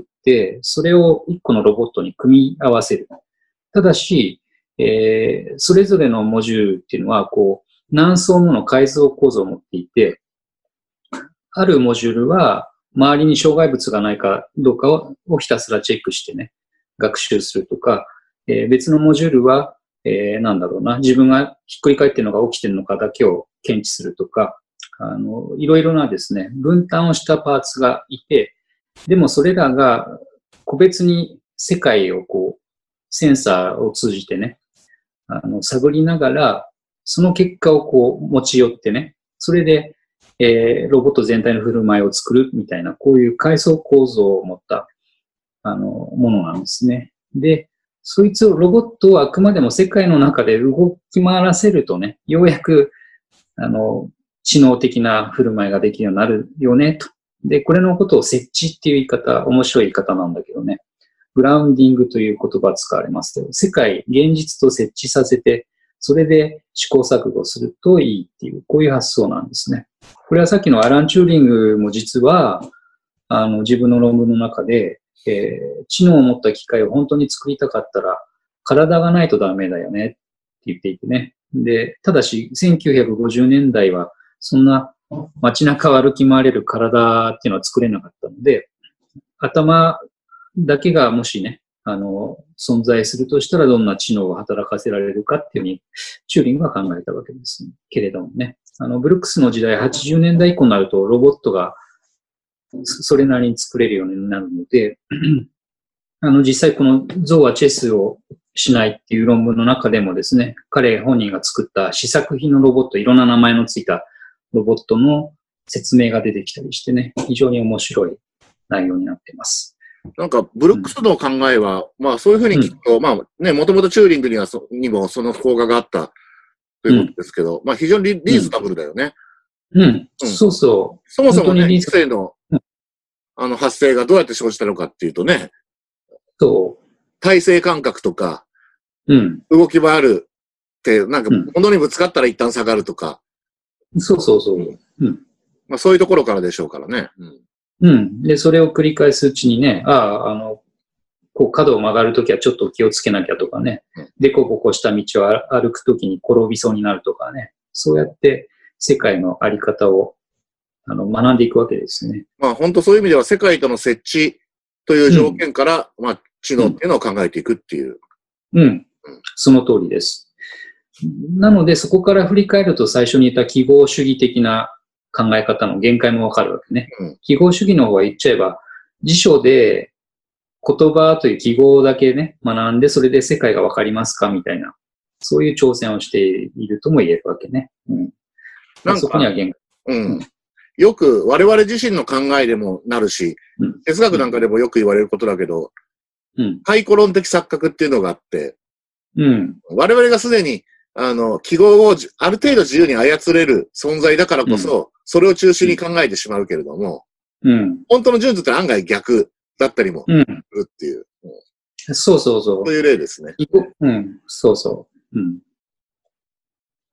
それを一個のロボットに組み合わせる。ただし、えー、それぞれのモジュールっていうのは、こう、何層もの階層構造を持っていて、あるモジュールは、周りに障害物がないかどうかをひたすらチェックしてね、学習するとか、えー、別のモジュールは、えー、なんだろうな、自分がひっくり返っているのが起きているのかだけを検知するとか、あの、いろいろなですね、分担をしたパーツがいて、でもそれらが個別に世界をこう、センサーを通じてね、あの、探りながら、その結果をこう、持ち寄ってね、それで、えー、ロボット全体の振る舞いを作るみたいな、こういう階層構造を持った、あの、ものなんですね。で、そいつを、ロボットをあくまでも世界の中で動き回らせるとね、ようやく、あの、知能的な振る舞いができるようになるよね、と。で、これのことを設置っていう言い方、面白い言い方なんだけどね。グラウンディングという言葉が使われますけど、世界、現実と設置させて、それで試行錯誤するといいっていう、こういう発想なんですね。これはさっきのアラン・チューリングも実は、あの、自分の論文の中で、えー、知能を持った機械を本当に作りたかったら、体がないとダメだよねって言っていてね。で、ただし、せんきゅうひゃくごじゅうねんだいは、そんな街中を歩き回れる体っていうのは作れなかったので、頭だけがもしね、あの、存在するとしたらどんな知能を働かせられるかっていうふうに、チューリングは考えたわけです、ね。けれどもね。あの、ブルックスの時代、はちじゅうねんだい以降になると、ロボットがそれなりに作れるようになるので、あの、実際この象はチェスをしないっていう論文の中でもですね、彼本人が作った試作品のロボット、いろんな名前のついたロボットの説明が出てきたりしてね、非常に面白い内容になっています。 なんか、ブルックスの考えは、うん、まあそういうふうに聞くと、うん、まあね、もともとチューリングにはそにもその効果があったということですけど、うん、まあ非常にリーズナブルだよね。 うん。うん、そうそう。 そもそもね、理性の、あの発生がどうやって生じたのかっていうとね、 そう。 体勢感覚とか、 うん。 動き回るって、なんか物にぶつかったら一旦下がるとか。 うん、そうそうそう。うん。 まあそういうところからでしょうからね。 うん。うん。で、それを繰り返すうちにね、ああ、あの、こう角を曲がるときはちょっと気をつけなきゃとかね、うん、でこぼこした道を歩くときに転びそうになるとかね、そうやって世界のあり方をあの学んでいくわけですね。 まあ本当そういう意味では世界との設置という条件から、うん、まあ知能っていうのを考えていくっていう。 うん。うん、その通りです。なのでそこから振り返ると最初に言った記号主義的な考え方の限界もわかるわけね。うん、記号主義の方は言っちゃえば辞書で言葉という記号だけね、学んで、それで世界がわかりますかみたいな、そういう挑戦をしているとも言えるわけね。うん。なんかそこには限界。 うん。うん、よく我々自身の考えでもなるし、うん、哲学なんかでもよく言われることだけど、うん。回顧論的錯覚っていうのがあって、うん。我々がすでに、あの、記号をある程度自由に操れる存在だからこそ、うん、それを中心に考えてしまうけれども、うん。本当の順序って案外逆。だったりもするっていう、 うんうん。そうそうそう。 そういう例ですね。 うん。そうそう。うん。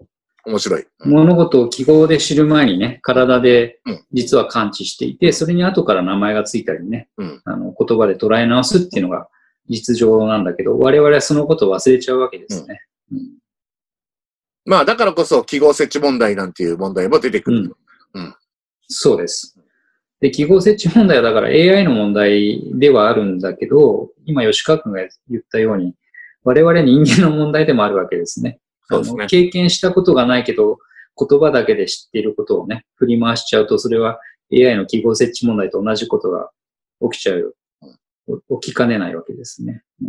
面白い。 うん、物事を記号で知る前にね、体で実は感知していて、うん、それに後から名前がついたりね、うん、あの言葉で捉え直すっていうのが実情なんだけど、我々はそのことを忘れちゃうわけですね。うんうん、 まあ、だからこそ記号設置問題なんていう問題も出てくる。うんうん、そうです。で、記号設置問題はだから エーアイ の問題ではあるんだけど、今吉川君が言ったように、我々人間の問題でもあるわけですね。そうですね。経験したことがないけど、言葉だけで知っていることをね、振り回しちゃうと、それは エーアイ の記号設置問題と同じことが起きちゃう、起きかねないわけですね。うん、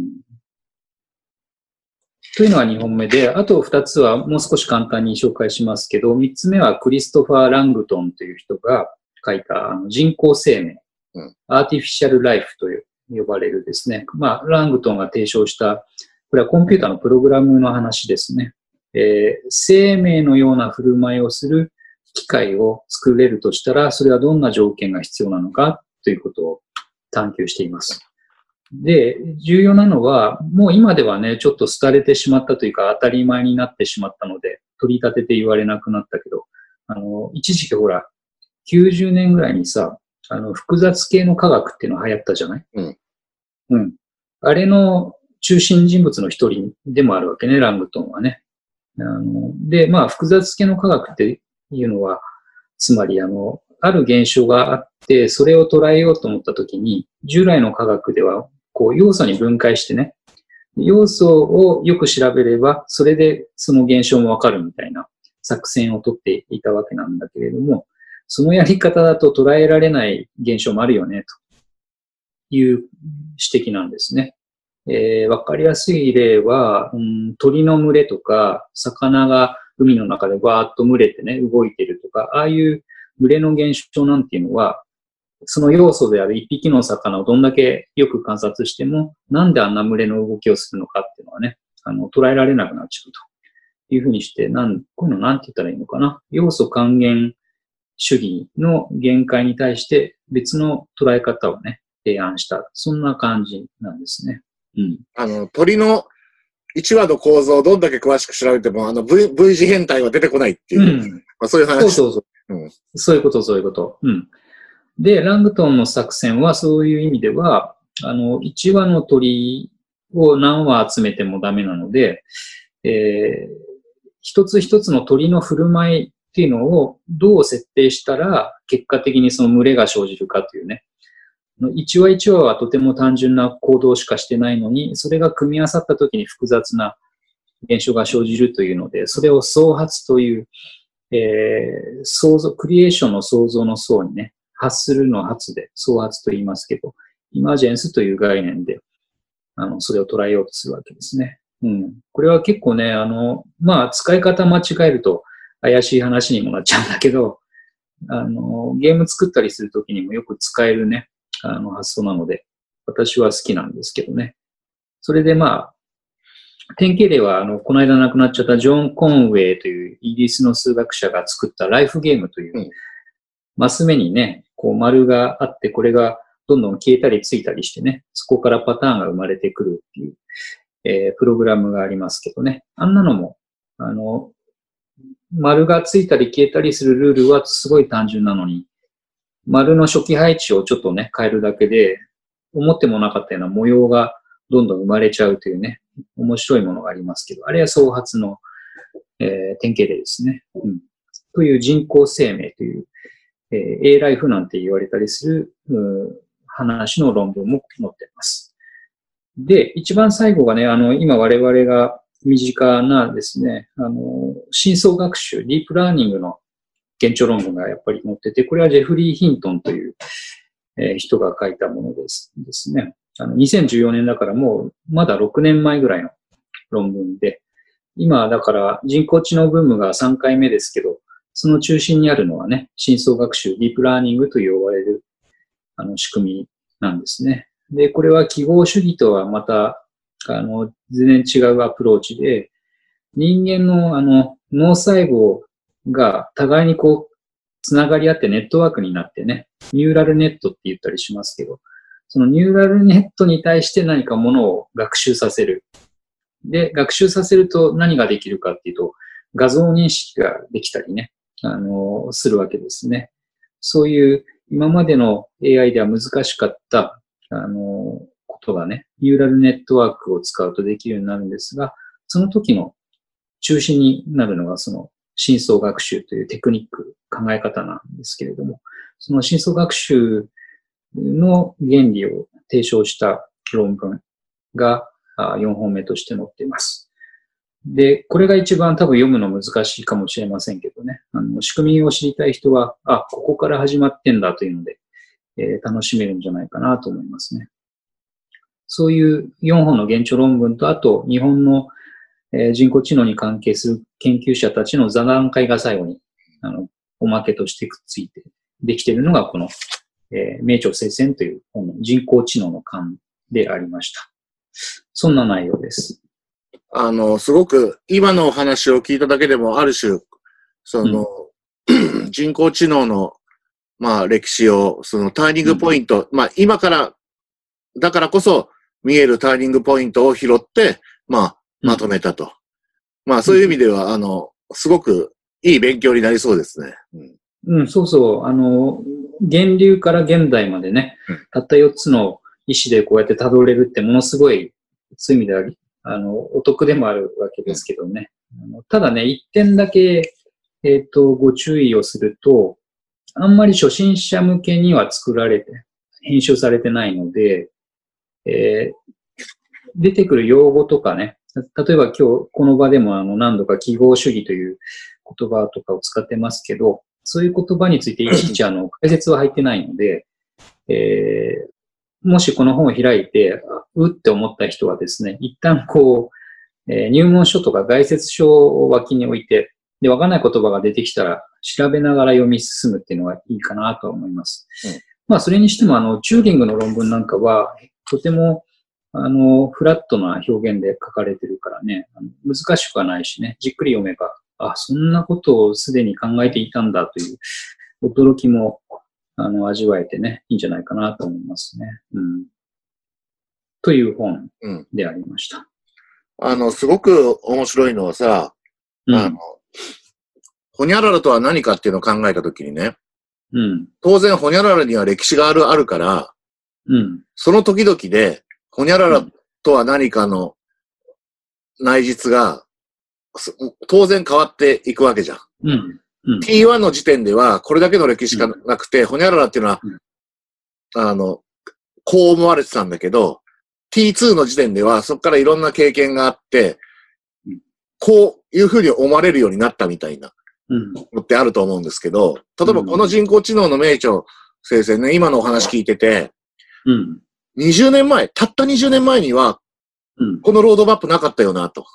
というのがにほんめで、あとふたつはもう少し簡単に紹介しますけど、みっつめはクリストファー・ラングトンという人が書いたあの人工生命、うん、アーティフィシャル・ライフという呼ばれるですね。まあ、ラングトンが提唱した、これはコンピューターのプログラムの話ですね。えー、生命のような振る舞いをする機械を作れるとしたら、それはどんな条件が必要なのかということを探求しています。で、重要なのは、もう今ではね、ちょっと廃れてしまったというか当たり前になってしまったので、取り立てて言われなくなったけど、あの、一時期ほら、きゅうじゅうねんぐらいにさ、あの、複雑系の科学っていうのが流行ったじゃない？うん。うん。あれの中心人物の一人でもあるわけね、ラングトンはね。あの、で、まあ、複雑系の科学っていうのは、つまり、あの、ある現象があって、それを捉えようと思ったときに、従来の科学では、こう、要素に分解してね、要素をよく調べれば、それでその現象もわかるみたいな作戦をとっていたわけなんだけれども、そのやり方だと捉えられない現象もあるよね、という指摘なんですね。えー、わかりやすい例は、うん、鳥の群れとか、魚が海の中でバーッと群れてね、動いてるとか、ああいう群れの現象なんていうのは、その要素である一匹の魚をどんだけよく観察しても、なんであんな群れの動きをするのかっていうのはね、あの、捉えられなくなっちゃうというふうにして、なん、こういうのなんて言ったらいいのかな。要素還元主義の限界に対して別の捉え方をね、提案した。そんな感じなんですね。うん。 あの、鳥のいちわの構造をどんだけ詳しく調べても、あの V、V 字変態は出てこないっていう。うん、まあ、そういう話。 そうそうそう。うん、そういうこと、そういうこと。うん。で、ラングトンの作戦はそういう意味では、あの、いちわの鳥を何羽集めてもダメなので、えー、一つ一つの鳥の振る舞いっていうのをどう設定したら結果的にその群れが生じるかというね。一話一話はとても単純な行動しかしてないのに、それが組み合わさった時に複雑な現象が生じるというので、それを創発という、えー、創造、クリエーションの創造の創にね、発するの発で創発と言いますけど、イマージェンスという概念で、あの、それを捉えようとするわけですね。うん。これは結構ね、あの、まあ、使い方間違えると怪しい話にもなっちゃうんだけど、あの、ゲーム作ったりするときにもよく使えるね、あの発想なので、私は好きなんですけどね。それでまあ、典型例は、あの、この間亡くなっちゃったジョン・コンウェイというイギリスの数学者が作ったライフゲームという、うん、マス目にね、こう丸があって、これがどんどん消えたりついたりしてね、そこからパターンが生まれてくるっていう、えー、プログラムがありますけどね。あんなのも、あの、丸がついたり消えたりするルールはすごい単純なのに、丸の初期配置をちょっとね、変えるだけで、思ってもなかったような模様がどんどん生まれちゃうというね、面白いものがありますけど、あれは創発の、えー、典型例ですね。うん。という人工生命という、えー、A ライフなんて言われたりする、話の論文も載っています。で、一番最後がね、あの、今我々が身近なですね、あの、深層学習、ディープラーニングの現著論文がやっぱり載ってて、これはジェフリー・ヒントンという、えー、人が書いたものですですね。あのにせんじゅうよねんだからもうまだろくねんまえぐらいの論文で、今だから人工知能ブームがさんかいめですけど、その中心にあるのはね、深層学習、ディープラーニングと呼ばれるあの仕組みなんですね。で、これは記号主義とはまた、あの、全然違うアプローチで、人間のあの脳細胞が互いにこう、つながり合ってネットワークになってね、ニューラルネットって言ったりしますけど、そのニューラルネットに対して何かものを学習させる。で、学習させると何ができるかっていうと、 画像認識ができたりね、あの、するわけですね。そういう今までの エーアイ では難しかった、あの、ことがね、ニューラルネットワークを使うとできるようになるんですが、その時の中心になるのがその深層学習というテクニック、考え方なんですけれども、その深層学習の原理を提唱した論文がよんほんめとして載っています。で、これが一番多分読むの難しいかもしれませんけどね、あの仕組みを知りたい人は、あ、ここから始まってんだというので、えー、楽しめるんじゃないかなと思いますね。そういうよんほんの原著論文と、あと日本の人工知能に関係する研究者たちの座談会が最後にあのおまけとしてくっついてできているのがこの、えー、名著聖戦という本の人工知能の巻でありました。そんな内容です。 あの、すごく今のお話を聞いただけでもある種、その、うん、人工知能のまあ歴史を、そのターニングポイント、うん、まあ今から、だからこそ見えるターニングポイントを拾って、まあまとめたと。うん、まあそういう意味では、あの、すごくいい勉強になりそうですね。 うん、うん、そうそう。あの、源流から現代までね、うん、たったよっつの意思でこうやって辿れるってものすごい、そういう意味では、あの、お得でもあるわけですけどね。うん、あのただね、一点だけ、えっと、ご注意をすると、あんまり初心者向けには作られて、編集されてないので、えー、出てくる用語とかね、例えば今日この場でもあの何度か記号主義という言葉とかを使ってますけど、そういう言葉についていちいちあの解説は入ってないので、えー、もしこの本を開いて、うって思った人はですね、一旦こう、えー、入門書とか概説書を脇に置いて、で、わかんない言葉が出てきたら調べながら読み進むっていうのがいいかなと思います。うん、まあ、それにしてもあの、チューリングの論文なんかは、とてもあの、フラットな表現で書かれてるからね、あの難しくはないしね、じっくり読めば、あ、そんなことをすでに考えていたんだという驚きも、あの、味わえてね、いいんじゃないかなと思いますね。うん。という本でありました。 うん、あの、すごく面白いのはさ、うん、あの、ホニャララとは何かっていうのを考えたときにね、うん、当然ホニャララには歴史がある、あるから、うん、その時々で、ホニャララとは何かの内実が当然変わっていくわけじゃん。うんうん、ティーワン の時点ではこれだけの歴史しかなくて、うん、ホニャララっていうのは、うん、あの、こう思われてたんだけど、ティーツー の時点ではそこからいろんな経験があって、うん、こういうふうに思われるようになったみたいなのってあると思うんですけど、例えばこの人工知能の名著先生ね、今のお話聞いてて、うんにじゅうねんまえ、たったにじゅうねんまえには、うん、このロードマップなかったよな、と。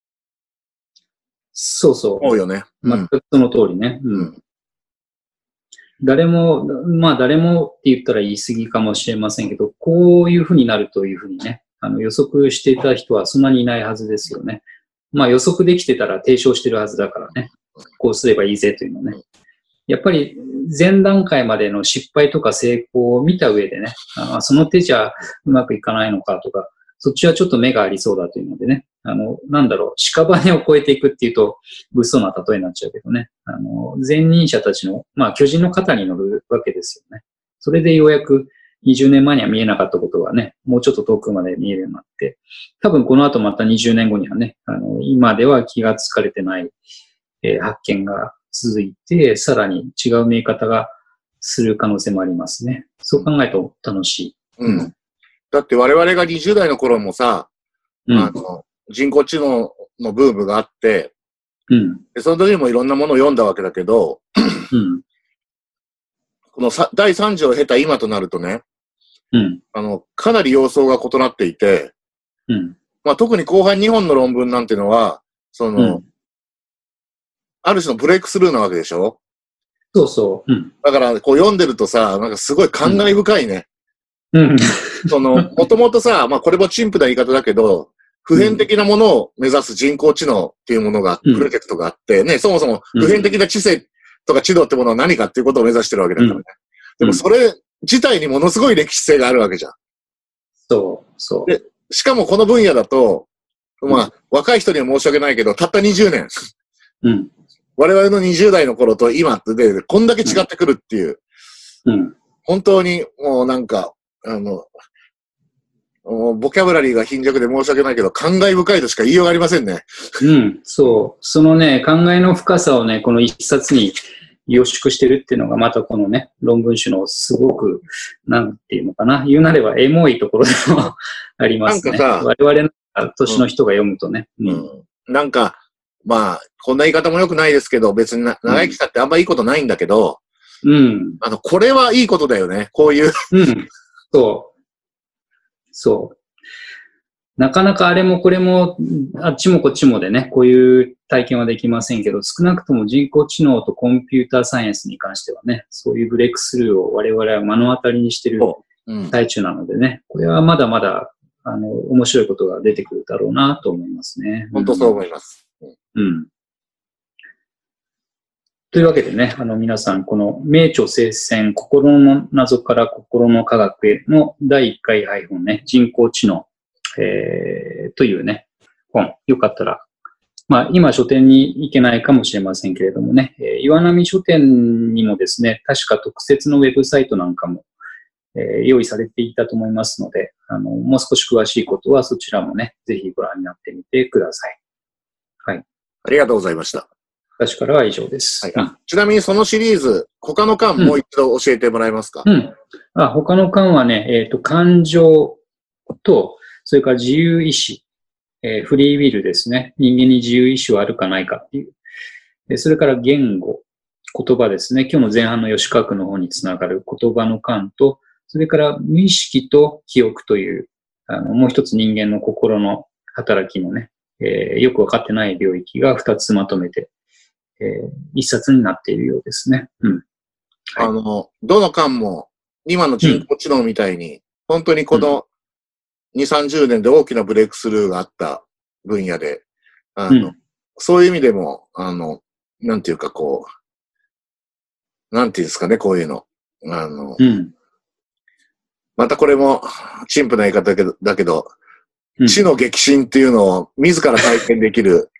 そうそう。 思うよね。 全くその通りね。うんうん、誰も、まあ誰もって言ったら言い過ぎかもしれませんけど、こういうふうになるというふうにね、あの予測していた人はそんなにいないはずですよね。まあ予測できてたら提唱してるはずだからね。こうすればいいぜというのね。やっぱり前段階までの失敗とか成功を見た上でね、あその手じゃうまくいかないのかとか、そっちはちょっと目がありそうだというのでね、あの、なんだろう、屍を越えていくっていうと物騒な例えになっちゃうけどね、あの、前任者たちの、まあ巨人の肩に乗るわけですよね。それでようやくにじゅうねんまえには見えなかったことがね、もうちょっと遠くまで見えるようになって、多分この後またにじゅうねんごにはね、あの、今では気がつかれてない、えー、発見が続いて、さらに違う見え方がする可能性もありますね。そう考えると楽しい。 うん。だって我々がにじゅう代の頃もさ、うん、あの、人工知能のブームがあって、うん。で、その時にもいろんなものを読んだわけだけど、うん。このさだいさん次を経た今となるとね、うん。あの、かなり様相が異なっていて、うん。まあ特に後半にほんの論文なんていうのは、その、うんある種のブレイクスルーなわけでしょ？ そうそう。うん、 だから、こう読んでるとさ、なんかすごい感慨深いね。 うん。 その、もともとさ、まあこれも陳腐な言い方だけど、普遍的なものを目指す人工知能っていうものが、プロジェクトがあって、ね、そもそも普遍的な知性とか知能ってものは何かっていうことを目指してるわけだからね。うん、でもそれ自体にものすごい歴史性があるわけじゃん。 そう、そう。 で、しかもこの分野だと、まあ、うん、若い人には申し訳ないけど、たったにじゅうねん。 うん。 我々のにじゅう代の頃と今ってで、こんだけ違ってくるっていう。 うん。 本当にもうなんか、あの、ボキャブラリーが貧弱で申し訳ないけど、感慨深いとしか言いようがありませんね。 うん、そう。そのね、考えの深さをね、この一冊に凝縮してるっていうのが、またこのね、論文集のすごく、なんていうのかな、言うなればエモいところでもありますね。なんかさ、我々の年の人が読むとね。 うん。うん、なんか、まあ、こんな言い方も良くないですけど、別に長生きしたってあんまいいことないんだけど、 うん。 あの、これはいいことだよね、こういう。 うん。そう。そう。なかなかあれもこれも、あっちもこっちもでね、こういう体験はできませんけど、少なくとも人工知能とコンピューターサイエンスに関してはね、そういうブレイクスルーを我々は目の当たりにしている最中なのでね、これはまだまだ、あの、面白いことが出てくるだろうなと思いますね。 本当そう思います。 うん。というわけでね、あの皆さん、この名著聖戦、心の謎から心の科学へのだいいっかい配本ね、人工知能、えー、というね、本、よかったら、まあ今書店に行けないかもしれませんけれどもね、えー、岩波書店にもですね、確か特設のウェブサイトなんかも、えー、用意されていたと思いますので、あの、もう少し詳しいことはそちらもね、ぜひご覧になってみてください。はい。 ありがとうございました。 私からは以上です。 はい、うん、ちなみにそのシリーズ、他の巻もう一度教えてもらえますか？ うん。うん、あ他の巻はね、えっと、感情と、それから自由意志、えー、フリーウィルですね。人間に自由意志はあるかないかっていう。でそれから言語、言葉ですね。今日の前半の吉川区の方につながる言葉の巻と、それから無意識と記憶という、あのもう一つ人間の心の働きのね、えー、よくわかってない領域が二つまとめて、えー、一冊になっているようですね。うん。 はい、あの、どの巻も、今の人工知能みたいに、うん、本当にこのに、さんじゅうねんで大きなブレイクスルーがあった分野で、あの、うん、そういう意味でも、あの、なんていうかこう、なんていうんですかね、こういうの。あの、うん、またこれも、陳腐な言い方だけど、だけど、うん、知の激震っていうのを自ら体験できる、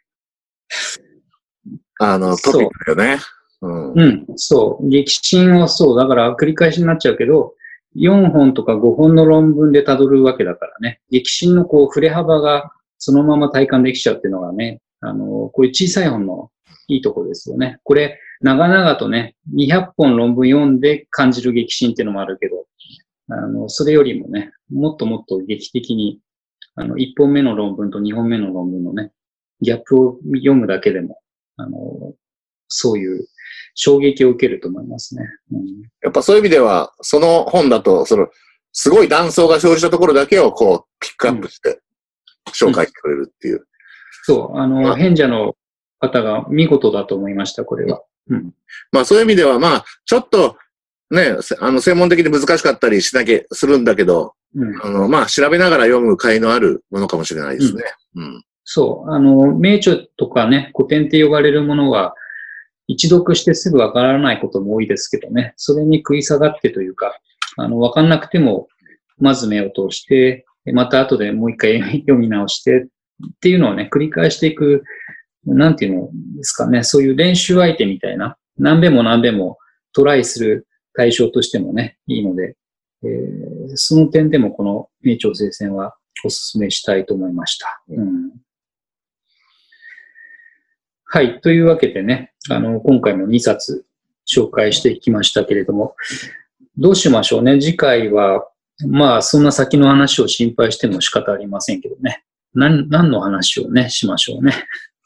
あの、トピックだよね。 うん、うん、そう。激震はそう。だから繰り返しになっちゃうけど、よんほんとかごほんの論文で辿るわけだからね。激震のこう、振れ幅がそのまま体感できちゃうっていうのがね、あの、こういう小さい本のいいところですよね。これ、長々とね、にひゃっぽん論文読んで感じる激震っていうのもあるけど、あの、それよりもね、もっともっと劇的に、あの、いっぽんめの論文とにほんめの論文のね、ギャップを読むだけでも、あの、そういう衝撃を受けると思いますね。 うん、やっぱそういう意味では、その本だと、その、すごい断層が生じたところだけをこう、ピックアップして紹介してくれるっていう。うんうん、 そう、あの、賢者の方が見事だと思いました、これは。 うん、まあそういう意味では、まあ、ちょっと、ね、あの、専門的に難しかったりしなきゃするんだけど、うん、あの、まあ、調べながら読む甲斐のあるものかもしれないですね。うん。うん、 そう、あの、名著とかね、古典って呼ばれるものは、一読してすぐわからないことも多いですけどね、それに食い下がってというか、あの、わかんなくても、まず目を通して、また後でもう一回読み直してっていうのをね、繰り返していく、なんていうのですかね、そういう練習相手みたいな、何べも何べもトライする対象としてもね、いいので、えー、その点でもこの名著聖戦はお勧めしたいと思いました。うん、はい。というわけでね、あの、今回もにさつ紹介していきましたけれども、どうしましょうね。次回は、まあ、そんな先の話を心配しても仕方ありませんけどね。何、何の話をね、しましょうね。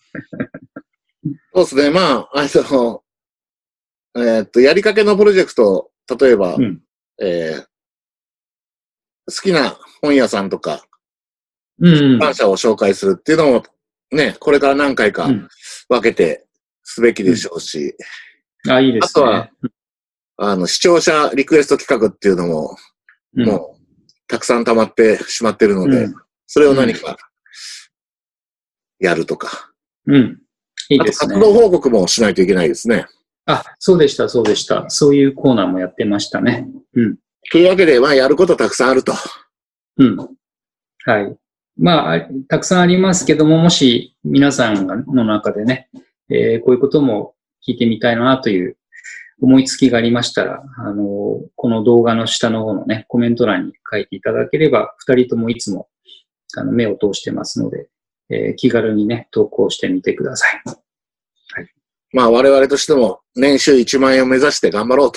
そうですね。まあ、あの、えー、っと、やりかけのプロジェクト、例えば、うん、えー、好きな本屋さんとか、出版社を紹介するっていうのも、ね、これから何回か分けてすべきでしょうし、 うん、あ、いいですね。 あとは、あの、視聴者リクエスト企画っていうのも、うん、もう、たくさん溜まってしまってるので、うん、それを何か、やるとか。 うん。いいですね。 あと、活動報告もしないといけないですね。 あ、そうでした、そうでした。そういうコーナーもやってましたね。うん。 というわけで、まあ、やることたくさんあると。 うん。はい。まあ、たくさんありますけども、もし皆さんの中でね、 えー、こういうことも聞いてみたいなという思いつきがありましたら、あの、この動画の下の方のね、コメント欄に書いていただければ、二人ともいつもあの目を通してますので、えー、気軽にね、投稿してみてください。 はい。まあ、我々としても年収いちまんえんを目指して頑張ろうと。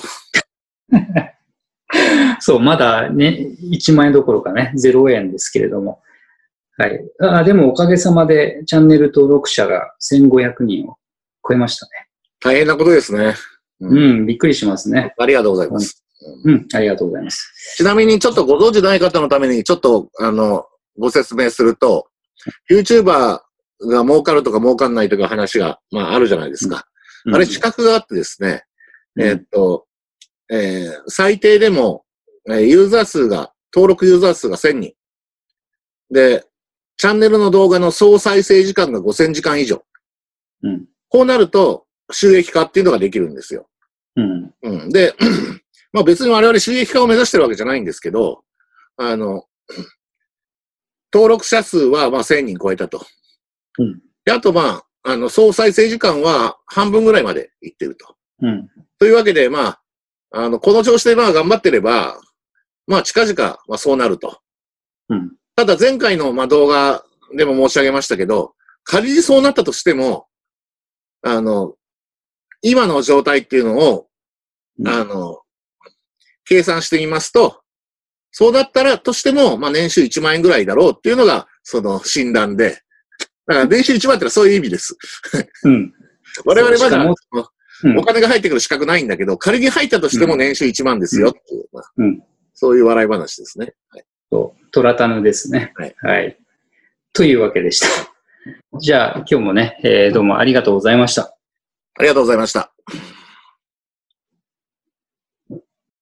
そう、まだね、いちまんえんどころかね、ゼロえんですけれども。はい。あ、でもおかげさまでチャンネル登録者がせんごひゃくにんを超えましたね。 大変なことですね。 うん、うん、びっくりしますね。 ありがとうございます。 うん、うん、ありがとうございます。 ちなみにちょっとご存知ない方のためにちょっと、あの、ご説明すると、YouTuber が儲かるとか儲かんないとか話が、まああるじゃないですか。うん、あれ資格があってですね、うん、えー、っと、えー、最低でも、ユーザー数が、登録ユーザー数がせんにん。で、チャンネルの動画の総再生時間がごせんじかん以上。うん、こうなると、収益化っていうのができるんですよ。うんうん、で、まあ別に我々収益化を目指してるわけじゃないんですけど、あの、登録者数はまあせんにん超えたと。うん、であとまあ、あの、総再生時間は半分ぐらいまでいってると。うん、というわけで、まあ、あの、この調子でまあ頑張ってれば、まあ近々まあそうなると。うん、ただ前回のまあ動画でも申し上げましたけど、仮にそうなったとしても、あの、今の状態っていうのを、うん、あの、計算してみますと、そうだったらとしても、まあ年収いちまんえんぐらいだろうっていうのが、その診断で、だから年収いちまんってのはそういう意味です。うん、我々まだ、うん、お金が入ってくる資格ないんだけど、仮に入ったとしても年収いちまんですよっていう、まあうん、そういう笑い話ですね。はい、 そう、トラタヌですね。はい。はい。というわけでした。じゃあ今日もね、えー、どうもありがとうございました。 ありがとうございました。